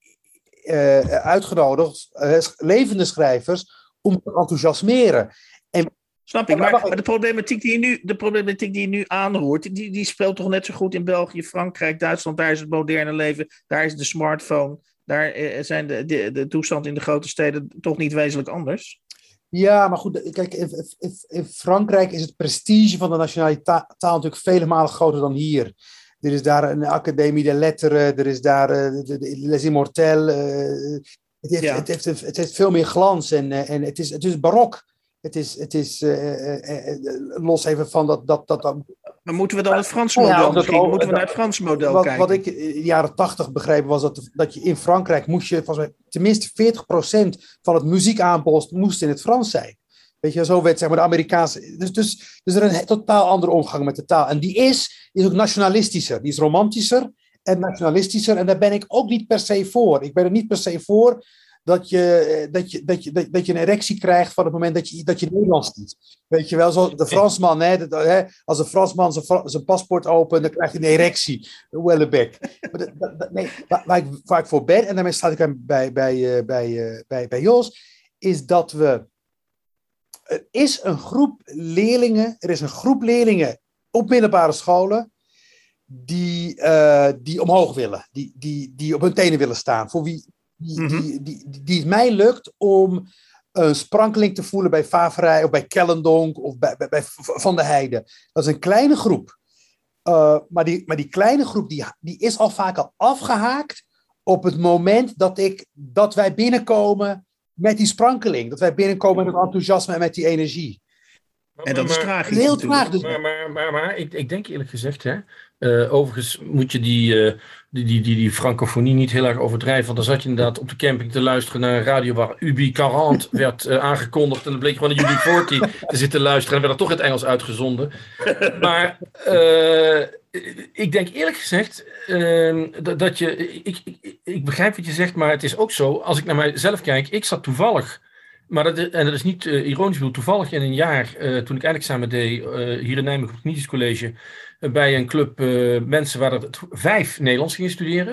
uh, uitgenodigd, uh, levende schrijvers, om te enthousiasmeren. En, Snap ik, maar, maar de, problematiek die je nu, de problematiek die je nu aanroert, die, die speelt toch net zo goed in België, Frankrijk, Duitsland. Daar is het moderne leven, daar is de smartphone. Daar uh, zijn de, de, de toestand in de grote steden toch niet wezenlijk anders. Ja, maar goed, kijk, in, in, in Frankrijk is het prestige van de nationale ta- taal natuurlijk vele malen groter dan hier. Er is daar een academie de letteren, er is daar uh, de, de Les Immortels. Uh, het, heeft, ja. het, heeft, het heeft veel meer glans en, uh, en het, is, het is barok. Het is, het is uh, uh, uh, los even van dat... dat, dat, dat maar moeten we dan het Franse model ja, misschien? Al, moeten we naar het Franse model wat, kijken? Wat ik in de jaren tachtig begreep was dat, dat je in Frankrijk moest je, volgens mij, tenminste veertig procent van het muziekaanbod moest in het Frans zijn. Weet je, zo werd zeg maar de Amerikaanse... Dus, dus, dus er is een totaal andere omgang met de taal. En die is, is ook nationalistischer. Die is romantischer en nationalistischer. En daar ben ik ook niet per se voor. Ik ben er niet per se voor... Dat je, dat, je, dat, je, dat, dat je een erectie krijgt van het moment dat je, dat je Nederlands ziet. Weet je wel, zo de Fransman, hè, de, hè, als een Fransman zijn, zijn paspoort opent, dan krijgt hij een erectie. Wellebec. Nee, waar, waar, ik, waar ik voor ben, en daarmee sta ik bij, bij, bij, bij, bij, bij Jos, is dat we... Er is een groep leerlingen, er is een groep leerlingen op middelbare scholen die, uh, die omhoog willen, die, die, die op hun tenen willen staan. Voor wie... Die, mm-hmm. die, die, die, die het mij lukt om een sprankeling te voelen bij Faverij of bij Kellendonk of bij, bij, bij Van der Heijden. Dat is een kleine groep. Uh, maar, die, maar die kleine groep die, die is al vaak al afgehaakt op het moment dat, ik, dat wij binnenkomen met die sprankeling. Dat wij binnenkomen met het enthousiasme en met die energie. Maar, en dat is traag. Heel traag. Dus. Maar, maar, maar, maar ik, ik denk eerlijk gezegd, hè, uh, overigens moet je die, uh, die, die, die, die francofonie niet heel erg overdrijven. Want dan zat je inderdaad op de camping te luisteren naar een radio waar U B quarante werd uh, aangekondigd. En dan bleek je gewoon naar U B veertig te zitten luisteren en werd er toch in het Engels uitgezonden. Maar uh, ik denk eerlijk gezegd uh, dat, dat je... Ik, ik, ik begrijp wat je zegt, maar het is ook zo. Als ik naar mijzelf kijk, ik zat toevallig... Maar dat, en dat is niet uh, ironisch, bedoel, toevallig in een jaar, uh, toen ik eindexamen deed, uh, hier in Nijmegen op het Cognitisch College, uh, bij een club uh, mensen waar er vijf Nederlands gingen studeren.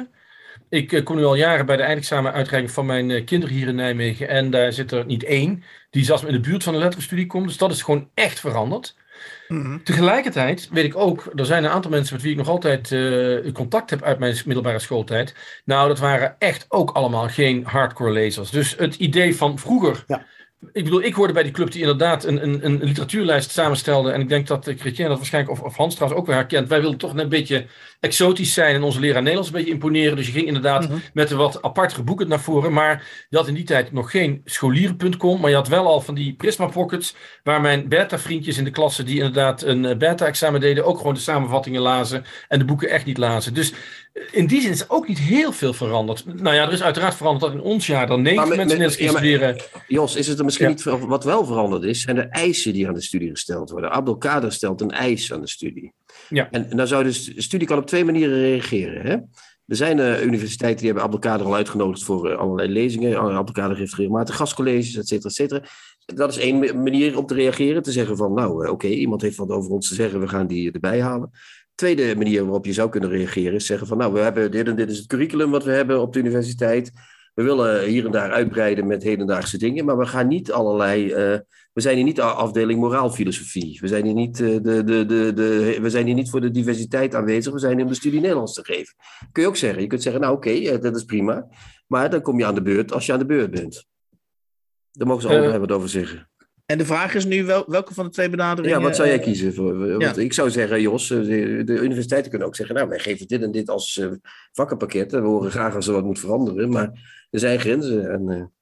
Ik uh, kom nu al jaren bij de eindexamen-uitreiking van mijn uh, kinderen hier in Nijmegen. En daar zit er niet één die zelfs in de buurt van de letterenstudie komt. Dus dat is gewoon echt veranderd. Mm-hmm. Tegelijkertijd weet ik ook, er zijn een aantal mensen met wie ik nog altijd uh, contact heb uit mijn middelbare schooltijd. Nou, dat waren echt ook allemaal geen hardcore lezers. Dus het idee van vroeger... Ja. Ik bedoel, ik hoorde bij die club die inderdaad een, een, een literatuurlijst samenstelde. En ik denk dat Chrétien dat waarschijnlijk, of, of Hans trouwens ook weer herkent. Wij wilden toch net een beetje exotisch zijn en onze leraar Nederlands een beetje imponeren. Dus je ging inderdaad mm-hmm. met een wat apartere boeken naar voren. Maar je had in die tijd nog geen scholieren punt com. Maar je had wel al van die Prisma Pockets. Waar mijn beta-vriendjes in de klasse die inderdaad een beta-examen deden. Ook gewoon de samenvattingen lazen. En de boeken echt niet lazen. Dus in die zin is er ook niet heel veel veranderd. Nou ja, er is uiteraard veranderd dat in ons jaar dan negentig mensen Nederlands ja, studeren. Jos, is het er misschien ja. niet wat wel veranderd is? Zijn de eisen die aan de studie gesteld worden. Abdelkader stelt een eis aan de studie. Ja. En, en dan zou de studie kan op twee manieren reageren. Hè? Er zijn uh, universiteiten die hebben Abdelkader al uitgenodigd voor uh, allerlei lezingen. Abdelkader geeft regelmatig gastcolleges, et cetera, et cetera. Dat is één manier om te reageren. Te zeggen van, nou, uh, oké, okay, iemand heeft wat over ons te zeggen. We gaan die erbij halen. Tweede manier waarop je zou kunnen reageren is zeggen van, nou, we hebben dit en dit is het curriculum wat we hebben op de universiteit. We willen hier en daar uitbreiden met hedendaagse dingen, maar we gaan niet allerlei... Uh, we zijn hier niet de afdeling moraalfilosofie. We zijn hier niet, uh, de, de, de, de, we zijn hier niet voor de diversiteit aanwezig. We zijn hier om de studie Nederlands te geven. Kun je ook zeggen. Je kunt zeggen, nou oké, okay, uh, dat is prima. Maar dan kom je aan de beurt als je aan de beurt bent. Daar mogen ze uh, allemaal wat over zeggen. En de vraag is nu, wel, welke van de twee benaderingen... Ja, wat zou jij kiezen? Voor, ja. Want ik zou zeggen, Jos, de, de universiteiten kunnen ook zeggen... nou, wij geven dit en dit als uh, vakkenpakket. We horen graag als er wat moet veranderen. Maar er zijn grenzen. En, uh,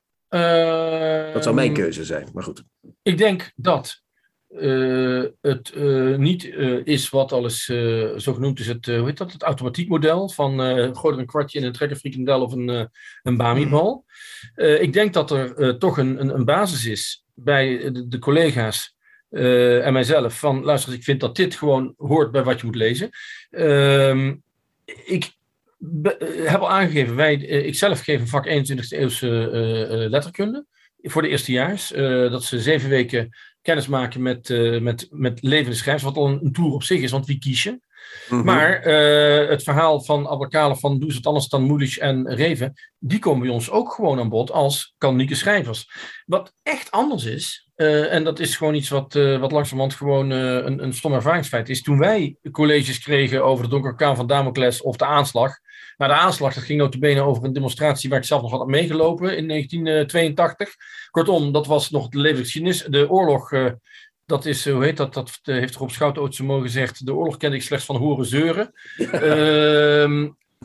uh, dat zou mijn keuze zijn, maar goed. Ik denk dat uh, het uh, niet uh, is wat al eens uh, zo genoemd is... het, uh, hoe heet dat, het automatiekmodel van... Uh, gooi er een kwartje in een trekkerfrikandel of een, uh, een bamibal. Uh, ik denk dat er uh, toch een, een, een basis is... bij de, de collega's uh, en mijzelf, van luister, ik vind dat dit gewoon hoort bij wat je moet lezen. Uh, ik be, heb al aangegeven, wij, uh, ik zelf geef een vak eenentwintigste eeuwse uh, uh, letterkunde voor de eerstejaars. Uh, dat ze zeven weken kennis maken met, uh, met, met levende schrijvers, wat al een, een tour op zich is, want wie kies je? Mm-hmm. Maar uh, het verhaal van Abdelkader van Doe is het anders dan Moelisch en Reven, die komen bij ons ook gewoon aan bod als kanonieke schrijvers. Wat echt anders is, uh, en dat is gewoon iets wat, uh, wat langzamerhand gewoon uh, een, een stom ervaringsfeit is. Toen wij colleges kregen over de donkere kaan van Damocles of de aanslag. Nou, de aanslag, dat ging notabene over een demonstratie waar ik zelf nog had meegelopen in negentien tweeëntachtig. Kortom, dat was nog de levende geschiedenis. De oorlog... Uh, Dat is, hoe heet dat, dat heeft Rob Schout ooit zo mooi gezegd, de oorlog kende ik slechts van horen zeuren. uh,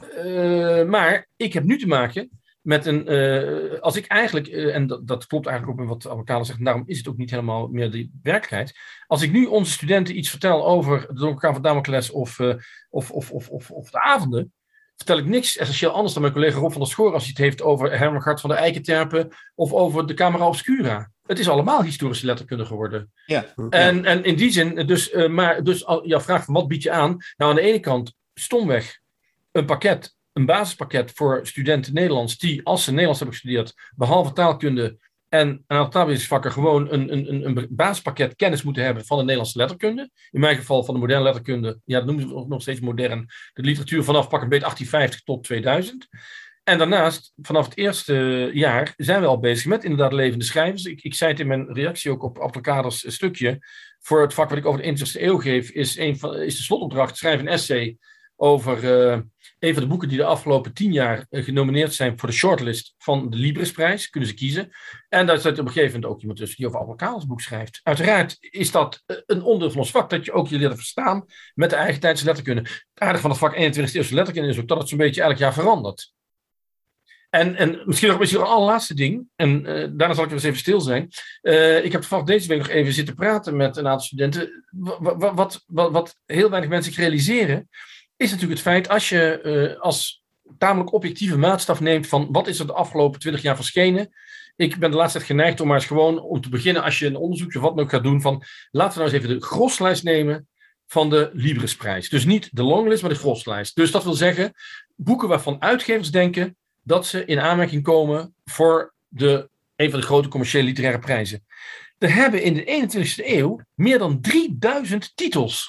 uh, maar ik heb nu te maken met een, uh, als ik eigenlijk, uh, en dat, dat klopt eigenlijk ook met wat Abdelkader zegt, en daarom is het ook niet helemaal meer de werkelijkheid. Als ik nu onze studenten iets vertel over de donkere kaan van Damocles of, uh, of, of, of, of, of de avonden, vertel ik niks essentieel anders dan mijn collega Rob van der Schoor als hij het heeft over Hermengard van de Eikenterpen of over de Camera Obscura. Het is allemaal historische letterkunde geworden. Ja. En, en in die zin, dus, uh, maar, dus al, jouw vraag van wat bied je aan? Nou, aan de ene kant stomweg een pakket, een basispakket voor studenten Nederlands die, als ze Nederlands hebben gestudeerd, behalve taalkunde en een aantal taalwetensvakken gewoon een, een, een basispakket kennis moeten hebben van de Nederlandse letterkunde. In mijn geval van de moderne letterkunde, ja, dat noemen ze nog steeds modern, de literatuur vanaf pak een beetje achttienvijftig tot tweeduizend. En daarnaast, vanaf het eerste jaar, zijn we al bezig met inderdaad levende schrijvers. Ik, ik zei het in mijn reactie ook op Abdelkaders stukje. Voor het vak wat ik over de eenentwintigste eeuw geef, is, een van, is de slotopdracht, schrijf een essay over uh, een van de boeken die de afgelopen tien jaar uh, genomineerd zijn voor de shortlist van de Librisprijs. Kunnen ze kiezen. En daar zit op een gegeven moment ook iemand tussen die over Abdelkaders boek schrijft. Uiteraard is dat een onderdeel van ons vak, dat je ook je leert verstaan met de eigen tijdse letterkunde. Het aardige van het vak eenentwintigste eeuwse letterkunde is ook dat het zo'n beetje elk jaar verandert. En, en misschien nog misschien een allerlaatste ding, en uh, daarna zal ik er eens even stil zijn. Uh, ik heb toevallig deze week nog even zitten praten met een aantal studenten. Wat, wat, wat, wat heel weinig mensen zich realiseren, is natuurlijk het feit, als je uh, als tamelijk objectieve maatstaf neemt van wat is er de afgelopen twintig jaar verschenen. Ik ben de laatste tijd geneigd om maar eens gewoon om te beginnen, als je een onderzoekje of wat dan ook gaat doen, van laten we nou eens even de groslijst nemen van de Librisprijs. Dus niet de longlist, maar de groslijst. Dus dat wil zeggen, boeken waarvan uitgevers denken dat ze in aanmerking komen voor de, een van de grote commerciële literaire prijzen. Er hebben in de eenentwintigste eeuw meer dan drieduizend titels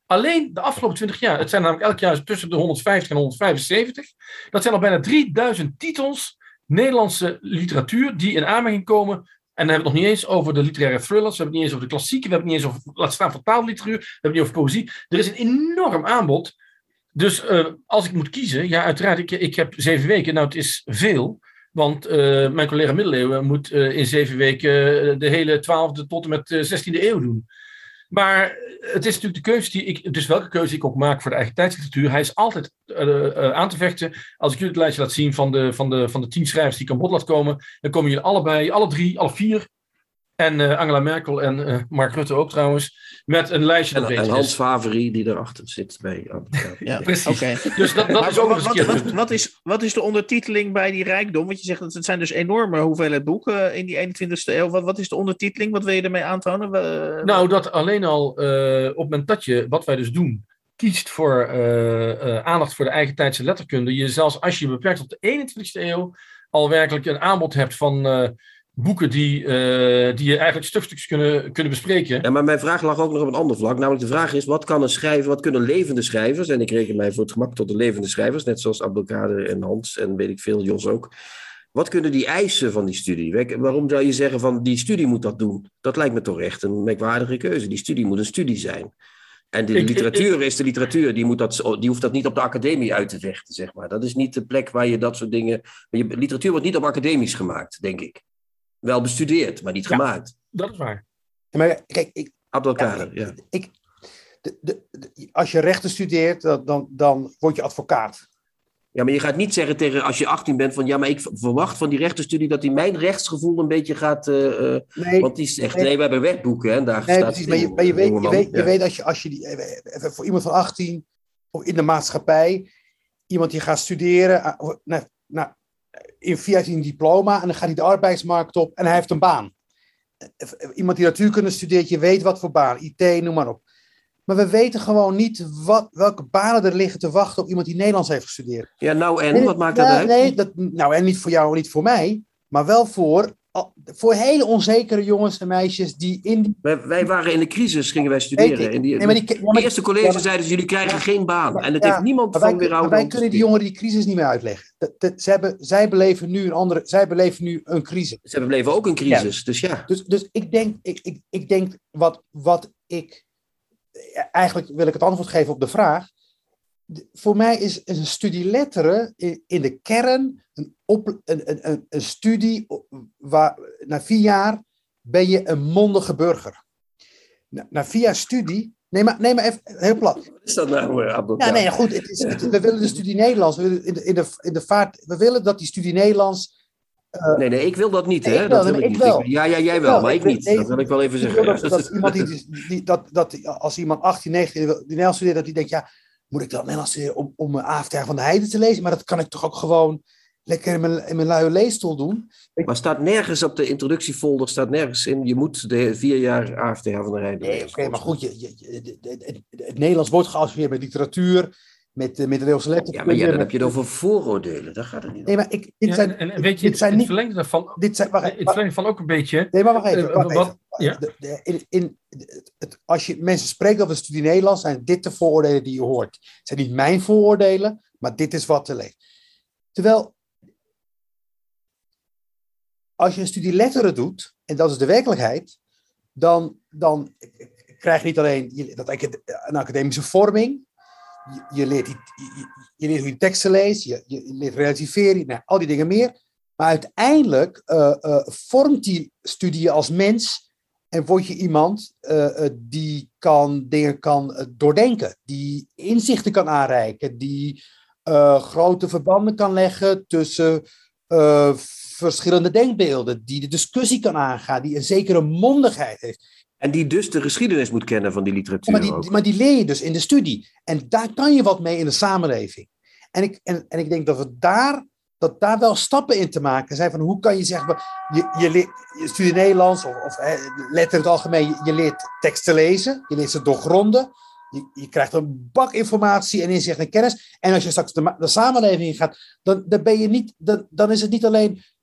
Alleen de afgelopen twintig jaar, het zijn namelijk elk jaar tussen de honderdvijftig en honderdvijfenzeventig. Dat zijn al bijna drieduizend titels Nederlandse literatuur die in aanmerking komen. En dan hebben we het nog niet eens over de literaire thrillers. We hebben het niet eens over de klassieken. We hebben het niet eens over, laat staan, vertaalliteratuur. We hebben het niet over poëzie. Er is een enorm aanbod. Dus uh, als ik moet kiezen, ja uiteraard, ik, ik heb zeven weken. Nou, het is veel. Want uh, mijn collega Middeleeuwen moet uh, in zeven weken uh, de hele twaalfde tot en met uh, zestiende eeuw doen. Maar het is natuurlijk de keuze die ik, dus welke keuze ik ook maak voor de eigen tijdsliteratuur. Hij is altijd uh, uh, aan te vechten. Als ik jullie het lijstje laat zien van de, van, de, van de tien schrijvers die ik aan bod laat komen, dan komen jullie allebei, alle drie, alle vier. En uh, Angela Merkel en uh, Mark Rutte ook trouwens. Met een lijstje. En, en Hans Faveri die erachter zit bij. Ja, precies. Okay. Dus dat, dat is ook wat, een wat, wat, wat, is, wat is de ondertiteling bij die rijkdom? Want je zegt dat het zijn dus enorme hoeveelheid boeken in die eenentwintigste eeuw. Wat, wat is de ondertiteling? Wat wil je ermee aantonen? We, nou, dat alleen al uh, op het moment dat je, wat wij dus doen, kiest voor uh, uh, aandacht voor de eigen tijdse letterkunde. Je zelfs als je beperkt op de eenentwintigste eeuw al werkelijk een aanbod hebt van Uh, boeken die, uh, die je eigenlijk stukjes kunnen, kunnen bespreken. Ja, maar mijn vraag lag ook nog op een ander vlak. Namelijk de vraag is, wat kan een schrijver, wat kunnen levende schrijvers, en ik reken mij voor het gemak tot de levende schrijvers, net zoals Abdelkader en Hans en weet ik veel, Jos ook. Wat kunnen die eisen van die studie? Waarom zou je zeggen van die studie moet dat doen? Dat lijkt me toch echt een merkwaardige keuze. Die studie moet een studie zijn. En de ik, literatuur ik, ik, is de literatuur. Die, moet dat, die hoeft dat niet op de academie uit te vechten, zeg maar. Dat is niet de plek waar je dat soort dingen... Je, literatuur wordt niet op academisch gemaakt, denk ik. Wel bestudeerd, maar niet ja, gemaakt. Dat is waar. Ja, maar kijk, ik, Abdelkader, ja. ja. Ik, de, de, de, als je rechten studeert, dan, dan, dan word je advocaat. Ja, maar je gaat niet zeggen tegen als je achttien bent van ja, maar ik verwacht van die rechtenstudie dat die mijn rechtsgevoel een beetje gaat. Uh, nee, want die zegt nee, nee, we hebben wetboeken en daar nee, staat. Precies, maar je, maar je, weet, je, weet, je ja. weet als je, als je die, voor iemand van achttien of in de maatschappij, iemand die gaat studeren, nou, nou, in via een diploma en dan gaat hij de arbeidsmarkt op en hij heeft een baan. Iemand die natuurkunde studeert, je weet wat voor baan, I T, noem maar op. Maar we weten gewoon niet wat, welke banen er liggen te wachten op iemand die Nederlands heeft gestudeerd. Ja, nou en? Wat maakt dat ja, uit? Nee, dat, nou en niet voor jou en niet voor mij, maar wel voor, voor hele onzekere jongens en meisjes die in... Die... Wij, wij waren in de crisis, gingen wij studeren. In die, nee, maar die, die, de eerste college ja, zeiden ze, jullie krijgen ja, geen baan. En het ja, heeft niemand van weerhouden. Maar wij kunnen die jongeren die crisis niet meer uitleggen. Dat, dat, ze hebben, zij, beleven nu een andere, zij beleven nu een crisis. Ze beleven ook een crisis, ja. dus ja. Dus, dus ik denk, ik, ik, ik denk wat, wat ik... Eigenlijk wil ik het antwoord geven op de vraag. Voor mij is een studie letteren in, in de kern een, op, een, een, een studie waar na vier jaar ben je een mondige burger. Na, na vier jaar studie, neem maar, neem maar even heel plat. Wat is dat nou, Abdel? Ja, nee, goed. Het is, het, we willen de studie Nederlands. We willen in de, in de, in de vaart. We willen dat die studie Nederlands. Uh, nee, nee, ik wil dat niet, nee, hè? Ik wel, dat wil ik ik wel. niet. Ja, ja, jij wel, wel maar ik niet. Nee, dat wil ik wel even ik zeggen. Dat, dat, iemand die, die, dat, dat, als iemand achttien, negentien die Nederlands studeert, dat die denkt, ja, moet ik dan Nederlands studeren om, om A F T van de Heide te lezen? Maar dat kan ik toch ook gewoon lekker in mijn, in mijn luie leesstoel doen? Maar staat nergens op de introductiefolder, staat nergens in, je moet de vier jaar A F T van de Heide lezen. Nee, oké, okay, maar goed, je, je, je, het, het, het Nederlands wordt geassocieerd met literatuur, met de middeleeuwse letterkunde. Ja, maar ja, dan heb je het over vooroordelen. Daar gaat het niet om. Nee, maar ik, dit ja, zijn, en, en weet je, dit zijn het niet... verlengde daarvan, dit zijn, wacht, het verlengde van ook een beetje... Nee, maar wacht even. Wacht uh, wat, even. Ja? De, de, in, in, het, als je mensen spreekt over de studie Nederlands, zijn dit de vooroordelen die je hoort. Het zijn niet mijn vooroordelen, maar dit is wat er leeft. Terwijl, als je een studie letteren doet, en dat is de werkelijkheid, dan, dan krijg je niet alleen dat, een academische vorming, je, je, leert die, je, je leert hoe je teksten leest, je, je leert relativering, nou, al die dingen meer. Maar uiteindelijk uh, uh, vormt die studie je als mens en word je iemand uh, uh, die kan, dingen kan uh, doordenken, die inzichten kan aanreiken, die uh, grote verbanden kan leggen tussen uh, verschillende denkbeelden, die de discussie kan aangaan, die een zekere mondigheid heeft. En die dus de geschiedenis moet kennen van die literatuur. Ja, maar, die, maar die leer je dus in de studie. En daar kan je wat mee in de samenleving. En ik, en, en ik denk dat we daar, dat daar wel stappen in te maken zijn. Van hoe kan je zeggen, je, je, leert, je studie Nederlands of, of eh, letter in het algemeen, je, je leert teksten lezen, je leert ze doorgronden. Je, je krijgt een bak informatie en inzicht en kennis. En als je straks de, de samenleving in gaat, dan, dan, ben je niet, dan, dan is het niet alleen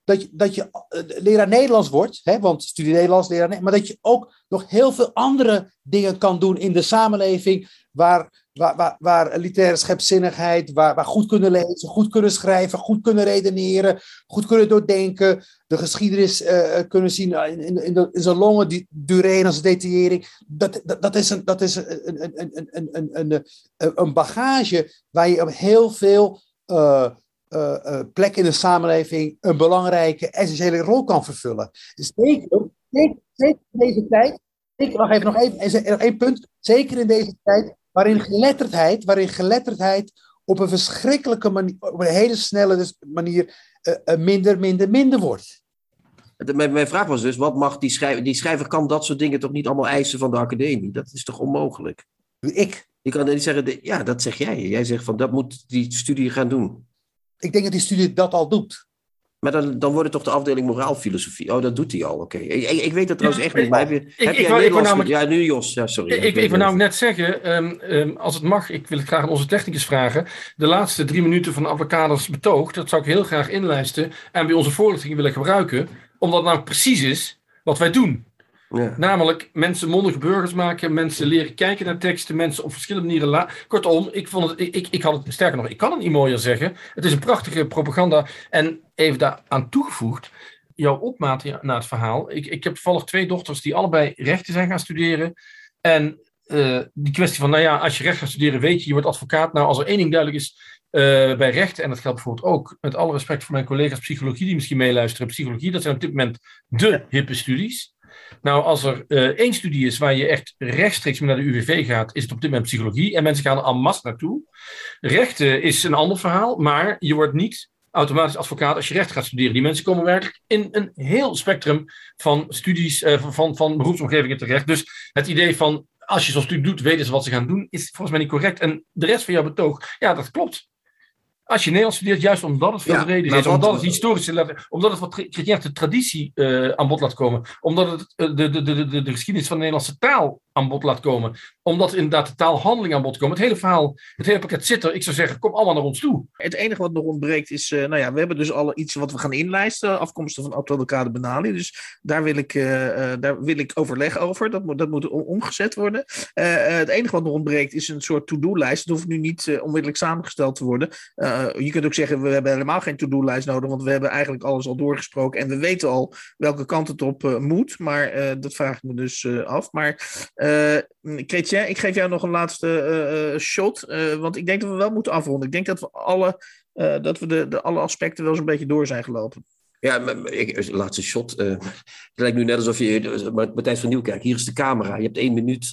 dat je, dat je uh, leraar Nederlands wordt, hè, want studie Nederlands, leraar Nederlands, maar dat je ook nog heel veel andere dingen kan doen in de samenleving, waar, waar, waar, waar literaire scherpzinnigheid, waar, waar goed kunnen lezen, goed kunnen schrijven, goed kunnen redeneren, goed kunnen doordenken, de geschiedenis uh, kunnen zien in, in, in, de, in zijn longen, die dureren als detaillering. Dat, dat, dat is, een, dat is een, een, een, een, een, een, een bagage waar je op heel veel uh, uh, uh, plekken in de samenleving een belangrijke, essentiële rol kan vervullen. Zeker, zeker, zeker in deze tijd. Ik wacht even, nog even, nog één punt. Zeker in deze tijd, waarin geletterdheid, waarin geletterdheid op een verschrikkelijke manier, op een hele snelle manier, uh, minder, minder, minder wordt. Mijn, mijn vraag was dus, wat mag die schrijver, die schrijver kan dat soort dingen toch niet allemaal eisen van de academie? Dat is toch onmogelijk? Ik? Je kan niet zeggen, ja, dat zeg jij. Jij zegt van, dat moet die studie gaan doen. Ik denk dat die studie dat al doet. Maar dan, dan wordt het toch de afdeling moraalfilosofie. Oh, dat doet hij al, oké. Okay. Ik, ik weet dat trouwens echt niet. Maar heb je, ik, heb ik, jij ik, Nederlands... namelijk, ja, nu Jos. Ja, sorry. Ik, ik, ik wil namelijk net zeggen, um, um, als het mag, ik wil het graag aan onze technicus vragen. De laatste drie minuten van Abdelkaders betoog, dat zou ik heel graag inlijsten en bij onze voorlichting willen gebruiken. Omdat het nou precies is wat wij doen. Ja. Namelijk mensen mondige burgers maken, mensen leren kijken naar teksten, mensen op verschillende manieren... La- Kortom, ik, vond het, ik, ik, ik had het, sterker nog, ik kan het niet mooier zeggen. Het is een prachtige propaganda. En even daaraan toegevoegd, jouw opmaat naar het verhaal. Ik, ik heb toevallig twee dochters die allebei rechten zijn gaan studeren. En uh, die kwestie van, nou ja, als je recht gaat studeren, weet je, je wordt advocaat. Nou, als er één ding duidelijk is uh, bij rechten, en dat geldt bijvoorbeeld ook, met alle respect voor mijn collega's psychologie die misschien meeluisteren, psychologie, dat zijn op dit moment de hippe studies. Nou, als er uh, één studie is waar je echt rechtstreeks mee naar de U W V gaat, is het op dit moment psychologie. En mensen gaan er en masse naartoe. Rechten is een ander verhaal, maar je wordt niet automatisch advocaat als je recht gaat studeren. Die mensen komen werkelijk in een heel spectrum van studies, uh, van, van beroepsomgevingen terecht. Dus het idee van, als je zo'n studie doet, weten ze wat ze gaan doen, is volgens mij niet correct. En de rest van jouw betoog, ja, dat klopt. Als je Nederlands studeert, juist omdat het veel ja, reden is, omdat het historische, omdat het wat chrétienne traditie uh, aan bod laat komen, omdat het uh, de, de, de, de, de geschiedenis van de Nederlandse taal aan bod laat komen, omdat inderdaad de taalhandeling aan bod komt. Het hele verhaal, het hele pakket zit er. Ik zou zeggen, kom allemaal naar ons toe. Het enige wat nog ontbreekt is, uh, nou ja, we hebben dus al iets wat we gaan inlijsten, afkomstig van Abdelkader Benali. Dus daar wil ik, uh, uh, daar wil ik overleg over. Dat moet, dat moet omgezet worden. Uh, uh, het enige wat nog ontbreekt is een soort to-do-lijst. Het hoeft nu niet uh, onmiddellijk samengesteld te worden. Uh, je kunt ook zeggen, we hebben helemaal geen to-do-lijst nodig, want we hebben eigenlijk alles al doorgesproken en we weten al welke kant het op uh, moet. Maar uh, dat vraag ik me dus uh, af. Maar uh, Chrétien, ik geef jou nog een laatste uh, shot, uh, want ik denk dat we wel moeten afronden. Ik denk dat we alle, uh, dat we de, de alle aspecten wel zo'n beetje door zijn gelopen. Ja, ik, laatste shot. Uh, het lijkt nu net alsof je... Matthijs van Nieuwkerk, hier is de camera. Je hebt één minuut.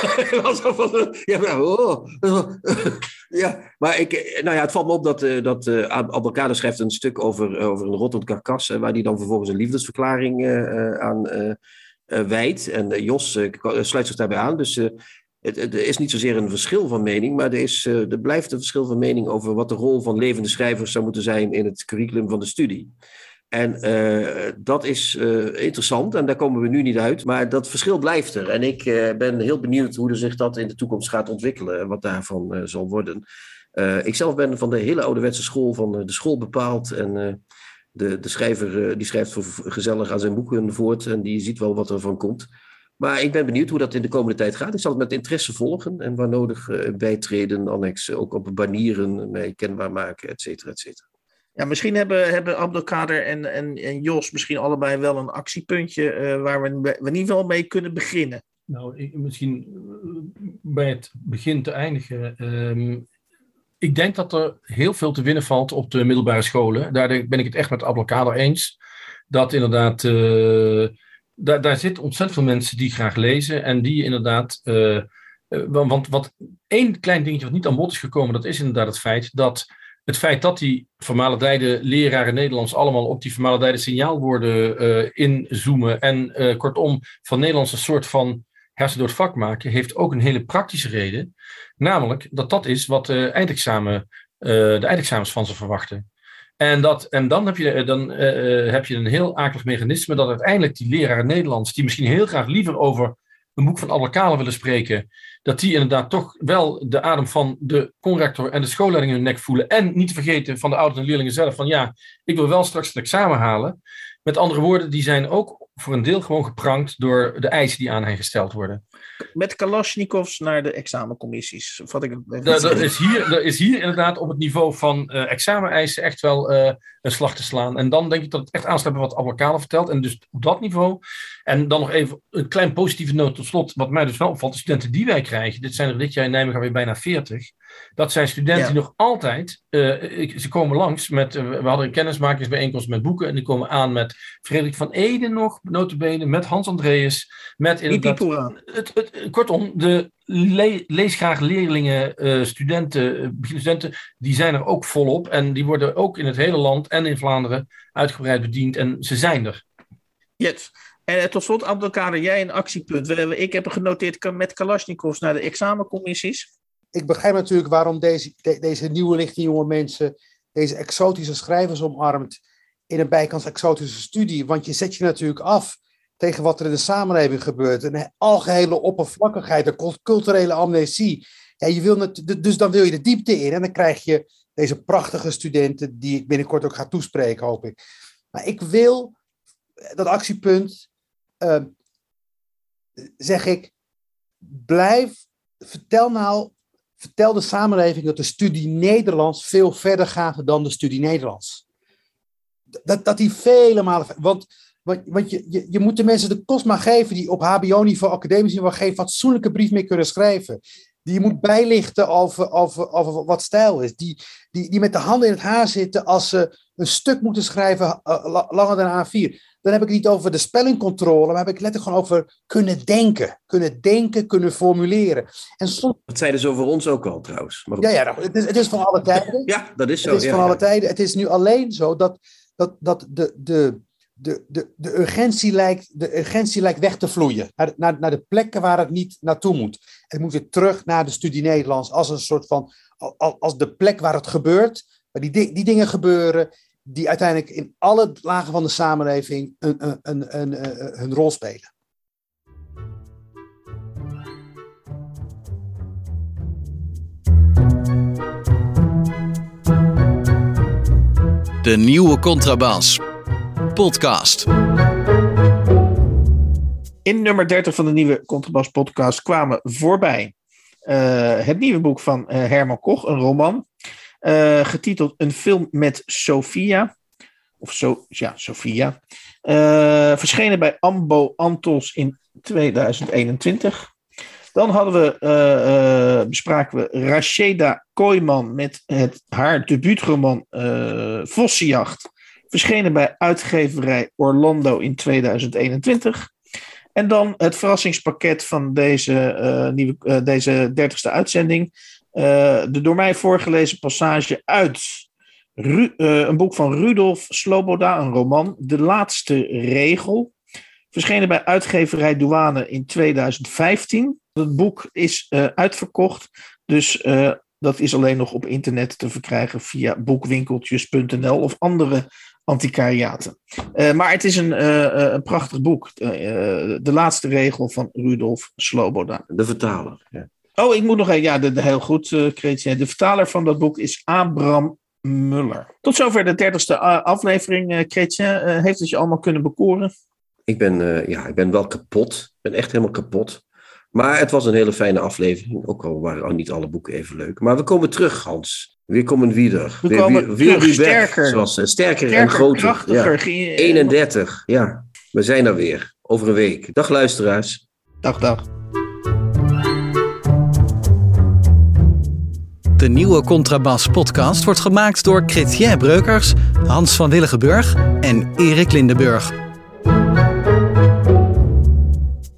ja, maar, oh, oh, ja, maar ik, nou ja, het valt me op dat, uh, dat uh, Abdelkader schrijft een stuk over, over een rottend karkas, uh, waar hij dan vervolgens een liefdesverklaring uh, aan uh, uh, wijdt. En uh, Jos uh, sluit zich daarbij aan. Dus... Uh, Het, het, er is niet zozeer een verschil van mening, maar er, is, uh, er blijft een verschil van mening over wat de rol van levende schrijvers zou moeten zijn in het curriculum van de studie. En uh, dat is uh, interessant en daar komen we nu niet uit, maar dat verschil blijft er. En ik uh, ben heel benieuwd hoe er zich dat in de toekomst gaat ontwikkelen en wat daarvan uh, zal worden. Uh, ik zelf ben van de hele ouderwetse school, van uh, de school bepaald en uh, de, de schrijver uh, die schrijft voor, gezellig aan zijn boeken voort en die ziet wel wat er van komt. Maar ik ben benieuwd hoe dat in de komende tijd gaat. Ik zal het met interesse volgen en waar nodig uh, bijtreden, annex, ook op banieren mij kenbaar maken, et cetera, et cetera. Ja, misschien hebben, hebben Abdelkader en, en, en Jos misschien allebei wel een actiepuntje uh, waar we, we in ieder geval mee kunnen beginnen. Nou, ik, misschien bij het begin te eindigen. Um, ik denk dat er heel veel te winnen valt op de middelbare scholen. Daar ben ik het echt met Abdelkader eens. Dat inderdaad... Uh, Daar, daar zitten ontzettend veel mensen die graag lezen en die inderdaad, uh, uh, want wat één klein dingetje wat niet aan bod is gekomen, dat is inderdaad het feit dat het feit dat die vermaledijde leraren Nederlands allemaal op die vermaledijde signaalwoorden uh, inzoomen en uh, kortom van Nederlands een soort van hersendood vak maken, heeft ook een hele praktische reden, namelijk dat dat is wat uh, eindexamen, uh, de eindexamens van ze verwachten. En, dat, en dan, heb je, dan uh, heb je een heel akelig mechanisme dat uiteindelijk die leraar Nederlands, die misschien heel graag liever over een boek van alle Kalen willen spreken, dat die inderdaad toch wel de adem van de conrector en de schoolleiding in hun nek voelen. En niet te vergeten van de ouders en leerlingen zelf van ja, ik wil wel straks het examen halen. Met andere woorden, die zijn ook voor een deel gewoon geprankt door de eisen die aan hen gesteld worden. Met Kalashnikovs naar de examencommissies. Vat ik het Dat is hier, er is hier inderdaad op het niveau van uh, exameneisen echt wel uh, een slag te slaan. En dan denk ik dat het echt aansluit bij wat Abel Kale vertelt. En dus op dat niveau. En dan nog even een klein positieve noot tot slot. Wat mij dus wel opvalt, de studenten die wij krijgen. Dit zijn er dit jaar in Nijmegen alweer bijna veertig. Dat zijn studenten ja. die nog altijd, uh, ik, ze komen langs met, uh, we hadden een kennismakingsbijeenkomst met boeken en die komen aan met Frederik van Eeden nog, nota bene, met Hans Andreas, met inderdaad, het, het, kortom, de le- leesgraag leerlingen, uh, studenten, beginstudenten, die zijn er ook volop en die worden ook in het hele land en in Vlaanderen uitgebreid bediend en ze zijn er. Yes. En tot slot, Abdelkader, jij een actiepunt. We hebben, ik heb genoteerd met Kalashnikovs naar de examencommissies. Ik begrijp natuurlijk waarom deze, de, deze nieuwe lichte jonge mensen deze exotische schrijvers omarmt in een bijkans exotische studie. Want je zet je natuurlijk af tegen wat er in de samenleving gebeurt. Een algehele oppervlakkigheid, een culturele amnesie. Ja, je wil het, dus dan wil je de diepte in en dan krijg je deze prachtige studenten die ik binnenkort ook ga toespreken, hoop ik. Maar ik wil dat actiepunt, uh, zeg ik, blijf, vertel nou... Vertel de samenleving dat de studie Nederlands veel verder gaat dan de studie Nederlands. Dat, dat die vele malen... Want, want, want je, je, je moet de mensen de kost maar geven die op hbo-niveau, academisch niveau geen fatsoenlijke brief meer kunnen schrijven. Die je moet bijlichten over, over, over wat stijl is. Die, die, die met de handen in het haar zitten als ze een stuk moeten schrijven uh, langer dan A vier. Dan heb ik het niet over de spellingcontrole, maar heb ik letterlijk gewoon over kunnen denken. Kunnen denken, kunnen formuleren. En soms... Dat zeiden ze over ons ook al trouwens. Maar... Ja, ja nou, het, is, het is van alle tijden. Ja, dat is zo. Het is ja, van ja. alle tijden. Het is nu alleen zo dat, dat, dat de, de, de, de, de, urgentie lijkt, de urgentie lijkt weg te vloeien. Naar, naar, naar de plekken waar het niet naartoe moet. Het moet weer terug naar de studie Nederlands als een soort van, als de plek waar het gebeurt, waar die, die dingen gebeuren, die uiteindelijk in alle lagen van de samenleving een, een, een, een, een, hun rol spelen. De nieuwe Contrabas podcast. In nummer dertig van de nieuwe Contrabas podcast kwamen voorbij uh, het nieuwe boek van uh, Herman Koch, een roman. Uh, getiteld Een film met Sophia. Of zo, ja, Sophia. Uh, verschenen bij Ambo Antos in tweeduizend eenentwintig. Dan hadden we, uh, uh, bespraken we Rasheda Kooijman met het, haar debuutroman uh, Vossenjacht. Verschenen bij uitgeverij Orlando in tweeduizend eenentwintig. En dan het verrassingspakket van deze, uh, nieuwe, uh, deze dertigste uitzending. Uh, de door mij voorgelezen passage uit Ru- uh, een boek van Rudolf Sloboda, een roman, De Laatste Regel. Verschenen bij uitgeverij Douane in tweeduizend vijftien. Het boek is uh, uitverkocht, dus uh, dat is alleen nog op internet te verkrijgen via boekwinkeltjes punt n l of andere antiquariaten. Uh, maar het is een, uh, een prachtig boek. Uh, De Laatste Regel van Rudolf Sloboda. De vertaler, ja. Oh, ik moet nog even, ja, de, de, heel goed, uh, Chrétien. De vertaler van dat boek is Abraham Muller. Tot zover de dertigste uh, aflevering, uh, Chrétien. Uh, heeft het je allemaal kunnen bekoren? Ik ben, uh, ja, ik ben wel kapot. Ik ben echt helemaal kapot. Maar het was een hele fijne aflevering. Ook al waren niet alle boeken even leuk. Maar we komen terug, Hans. We komen weer. We weer, komen weer, terug, weer sterker. Zoals, uh, sterker. Sterker en groter. Krachtiger. Ja. eenendertig, ja. We zijn er weer. Over een week. Dag luisteraars. Dag, dag. De nieuwe Contrabas podcast wordt gemaakt door Chrétien Breukers, Hans van Willigenburg en Erik Lindenburg.